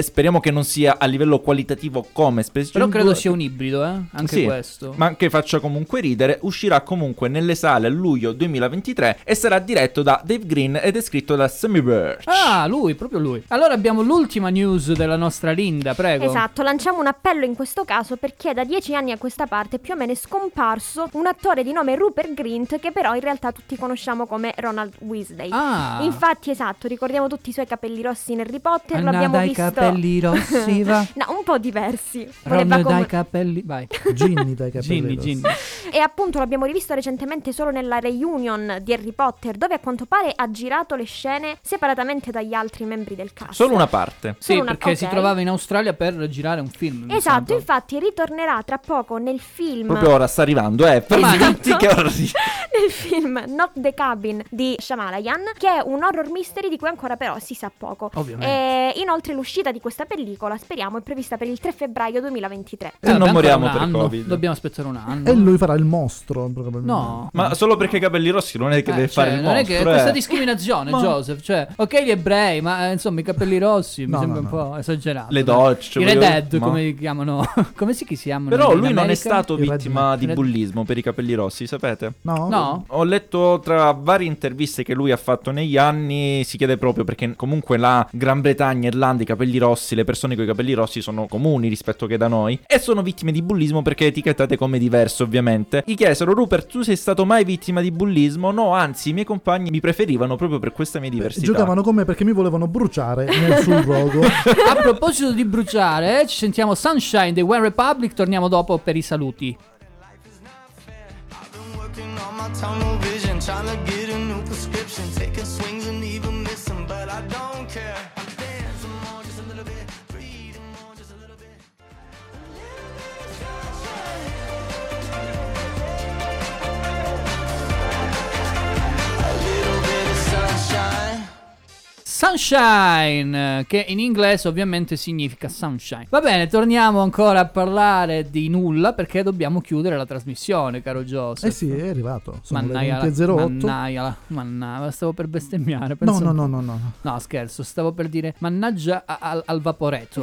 che non sia a livello qualitativo come Space Però Jam credo due, sia un ibrido, eh? Anche sì, questo. ma che faccia comunque ridere. Uscirà comunque nelle sale a luglio duemilaventitré e sarà diretto da Dave Green ed è scritto da Sammy Birch. Ah, lui, proprio lui. Allora abbiamo l'ultima news della nostra Linda, prego. Esatto, lanciamo un appello in questo caso perché da dieci anni a questa parte più o meno è scomparso un attore di nome Rupert Grint, che però in realtà tutti conosciamo come Ronald Weasley. Ah. Infatti, esatto, ricordiamo tutti i suoi capelli rossi in Harry Potter, Anna lo abbiamo dai visto... capelli rossi, va. No, un po' diversi. Ron Voleva com- dai capelli, vai. Ginny dai capelli Ginny, rossi. Ginny. E appunto l'abbiamo rivisto recentemente solo nella reunion di Harry Potter, dove a quanto pare ha girato le scene separatamente dagli altri membri del cast. Solo una parte. Sì, Solo una- perché ok. si trovava in Australia per girare un film. mi Esatto, sembra. infatti ritornerà tra poco nel film Proprio ora sta arrivando, eh. Per Esatto. tutti che ora si- nel film Not the Cabin di Shyamalan, che è un horror mystery di cui ancora però si sa poco. Ovviamente. E inoltre l'uscita di questa pellicola, speriamo, è prevista per il tre febbraio duemilaventitré. E non vabbè, moriamo ancora un per anno. Covid. Dobbiamo aspettare un anno. E lui farà il mostro, probabilmente. No. Ma solo perché i capelli rossi non è che Eh, deve cioè, fare il non mostro. è che eh. questa discriminazione, Ma- Joseph. Cioè, ok, gli ebrei, ma eh, insomma, i capelli rossi mi No, sembra no, un po' esagerato. Le dai. docce, I voglio- Red Dead, ma- come li chiamano? Come si chiamano? Però in lui non è America? stato Il vittima Red- di Red- bullismo per i capelli rossi, sapete? No? No? Ho letto tra varie interviste che lui ha fatto negli anni, si chiede proprio perché comunque la Gran Bretagna, Irlanda, i capelli rossi, le persone con i capelli rossi sono comuni rispetto che da noi e sono vittime di bullismo perché etichettate come diverse ovviamente. Gli chiesero: Rupert, tu sei stato mai vittima di bullismo? No, anzi i miei compagni mi preferivano proprio per questa mia diversità. Giocavano con me perché mi volevano bruciare nel sul rogo. A proposito di bruciare, ci sentiamo Sunshine dei One Republic, torniamo dopo per i saluti. Working on my tunnel vision, trying to get a new prescription, taking swings and even missing, but I don't care. I'm dancing more, just a little bit, breathing more, just a little bit. A little bit of sunshine. Sunshine, che in inglese ovviamente significa sunshine. Va bene, torniamo ancora a parlare di nulla perché dobbiamo chiudere la trasmissione, caro Joseph. Eh sì, è arrivato. Sono Mannaia le la, venti e zero otto. mannaia la, mannaggia, stavo per bestemmiare. No, penso- no, no, no, no. No, scherzo, stavo per dire mannaggia a- al, al vaporetto.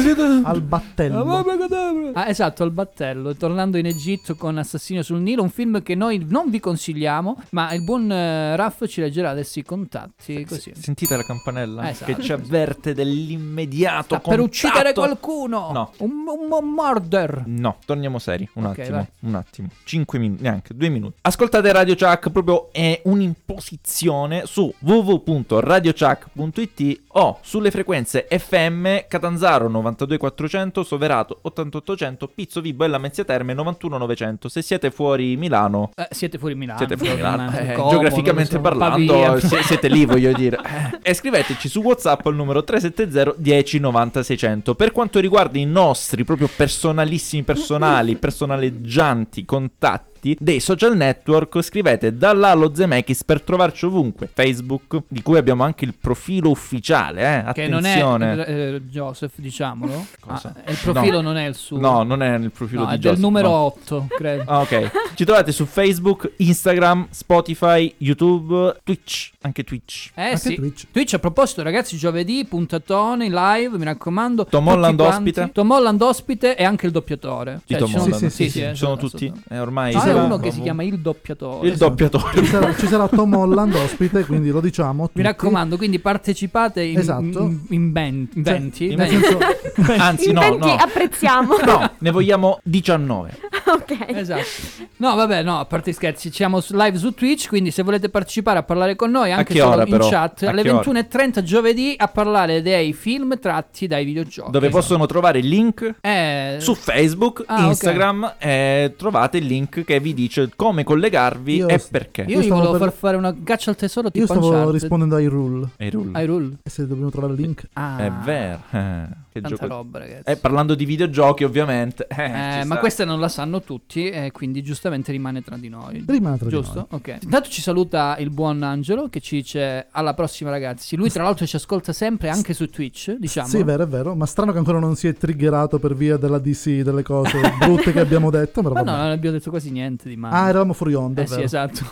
Al battello. Ah, esatto, al battello. Tornando in Egitto con Assassino sul Nilo, un film che noi non vi consigliamo, ma il buon eh, Raff ci leggerà adesso i contatti, così. Sentite la campanella Esatto. che ci avverte dell'immediato Sta per contatto. uccidere qualcuno. No. Un, un, un murder. No, torniamo seri, un Ok, attimo, vai. un attimo, cinque minuti, neanche due minuti. Ascoltate Radio Chuck, proprio è un'imposizione su w w w punto radio chuck punto i t o sulle frequenze F M Catanzaro novantadue quattrocento, Soverato ottantotto ottocento, Pizzo Vibo e Lamezia Terme novantuno novecento. Se siete fuori Milano, Eh, siete fuori Milano. siete fuori Milano, ovviamente, eh, comodo, geograficamente insomma, parlando, Pavia. si- siete lì, voglio dire. Eh, E scriveteci su WhatsApp al numero tre sette zero dieci novanta seicento. Per quanto riguarda i nostri proprio personalissimi personali, personaleggianti contatti dei social network, scrivete dalla allo Zemeckis per trovarci ovunque. Facebook, di cui abbiamo anche il profilo ufficiale, eh, Che non attenzione. è eh, Joseph, diciamolo. Cosa? Ah, il profilo No. non è il suo. No, non è nel profilo No, di è del Joseph, numero no. otto, credo. Ah, ok. Ci trovate su Facebook, Instagram, Spotify, YouTube, Twitch, anche Twitch. Eh Anche sì, Twitch. Twitch a proposito, ragazzi, giovedì, puntatone, live, mi raccomando. Tom tutti Holland quanti. ospite. Tom Holland ospite e anche il doppiatore. Di Cioè, Tom ci sono- Holland. Sì, sì, sì, eh, sono sono- tutti. sono- Eh, ormai No, è sarà- uno che si chiama il doppiatore. il doppiatore. Ci sarà, ci sarà Tom Holland ospite, quindi lo diciamo. Tutti. Mi raccomando, quindi partecipate in, Esatto. in, in ben- in Cioè, venti. nel venti. senso- Anzi, no, Inventi no. apprezziamo. No, ne vogliamo diciannove. Ok. Esatto. No, vabbè, no, a parte i scherzi, siamo su- live su Twitch, quindi se volete partecipare a parlare con noi, anche che solo ora, in però? chat, A alle che ora? ventuno e trenta giovedì a parlare dei film tratti dai videogiochi. Dove possono trovare il link? Eh, Su Facebook, Ah, ok. Instagram, e trovate il link che vi dice come collegarvi Io e s- perché. Io Io gli stavo volevo per- far fare una caccia al tesoro Io tipo stavo Uncharted. rispondendo ai rule. E rulla. I rule. E se dobbiamo trovare il link. Ah, È vero. Eh, che tanta gioco. roba, ragazzi. Eh, parlando di videogiochi, ovviamente. Eh, Eh, ci ma sta. questa non la sanno tutti, e quindi giustamente rimane tra di noi. Rimane tra di Giusto? Ok. Intanto ci saluta il buon Angelo che ci dice alla prossima, ragazzi. Lui tra l'altro ci ascolta sempre anche su Twitch, diciamo. Sì, è vero, è vero. Ma strano che ancora non si è triggerato per via della D C, delle cose brutte che abbiamo detto. Però Ma no, vabbè. non abbiamo detto quasi niente di male. Ah, eravamo fuori onda, Eh è sì, vero. esatto.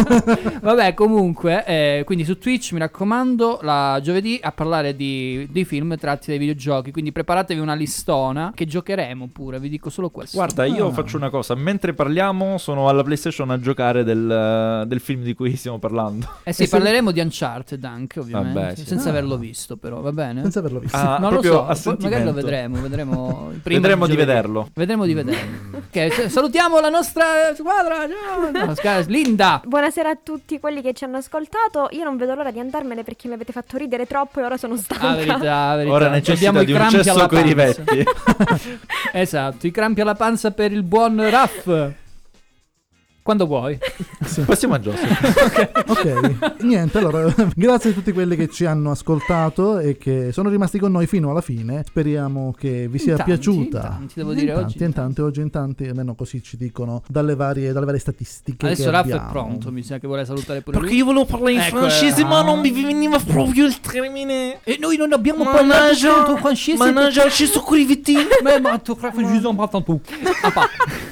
Vabbè, comunque, eh, quindi su Twitch mi raccomando, la giovedì a parlare di, dei film tratti dai videogiochi. quindi preparatevi una listona che giocheremo pure, vi dico solo questo. Guarda, io Ah. faccio una cosa, mentre parliamo sono alla PlayStation a giocare del, del film di cui stiamo parlando. Eh sì, E se- parleremo di Uncharted anche, ovviamente, Vabbè, sì. senza Ah. averlo visto però, va bene? Senza averlo visto. Ah, non lo proprio so, a poi sentimento. magari lo vedremo, vedremo prima Vedremo di giovedì. vederlo. Vedremo di vederlo. Ok, s- salutiamo la nostra squadra. Ciao. No, sca- Linda. Buonasera a tutti quelli che ci hanno ascoltato. Io non vedo l'ora di andarmene perché mi avete fatto ridere troppo e ora sono stanca. Ah, verità, verità. Ora necessita Abbiamo i di un crampi cesso alla coi panza. rivetti. Esatto, i crampi alla panza per il buon Raff. Quando vuoi. Passiamo a Joseph. Ok, niente, allora grazie a tutti quelli che ci hanno ascoltato e che sono rimasti con noi fino alla fine. Speriamo che vi sia In tanti, piaciuta. in tanti, devo dire, in tanti, oggi in tanti, oggi in tanti, almeno così ci dicono dalle varie, dalle varie statistiche. Adesso che Raff è abbiamo. pronto, mi sa che vuole salutare pure Perché lui. io volevo parlare in Ecco, francese, ma ah. non mi veniva proprio il termine. E noi non abbiamo Mannaggia, parlato tanto francese. mannaggia, ci sono quei rivetti. Ma ma tu francese non parli tanto. Ah, pa.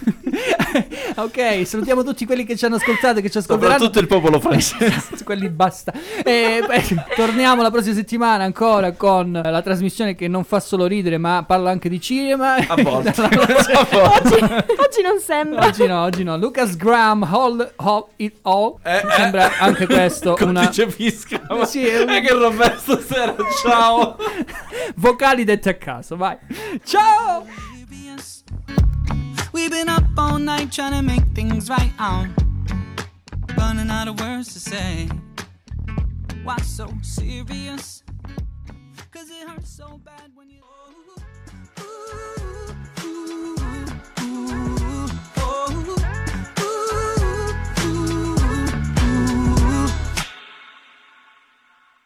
Ok, salutiamo tutti quelli che ci hanno ascoltato e che ci ascolteranno. Soprattutto il popolo francese. Quelli basta. E, beh, torniamo la prossima settimana ancora con la trasmissione che non fa solo ridere ma parla anche di cinema. A volte. A volte. Oggi, oggi non sembra. Oggi no, oggi no. Lucas Graham, All, all It All. Eh, Mi sembra anche questo Con una... Fisca. Eh, sì, è un- è che Roberto stasera, ciao. vocali dette a caso, vai. Ciao! We've been up all night trying to make things right. I'm running out of words to say. Why so serious? Cause it hurts so bad when you...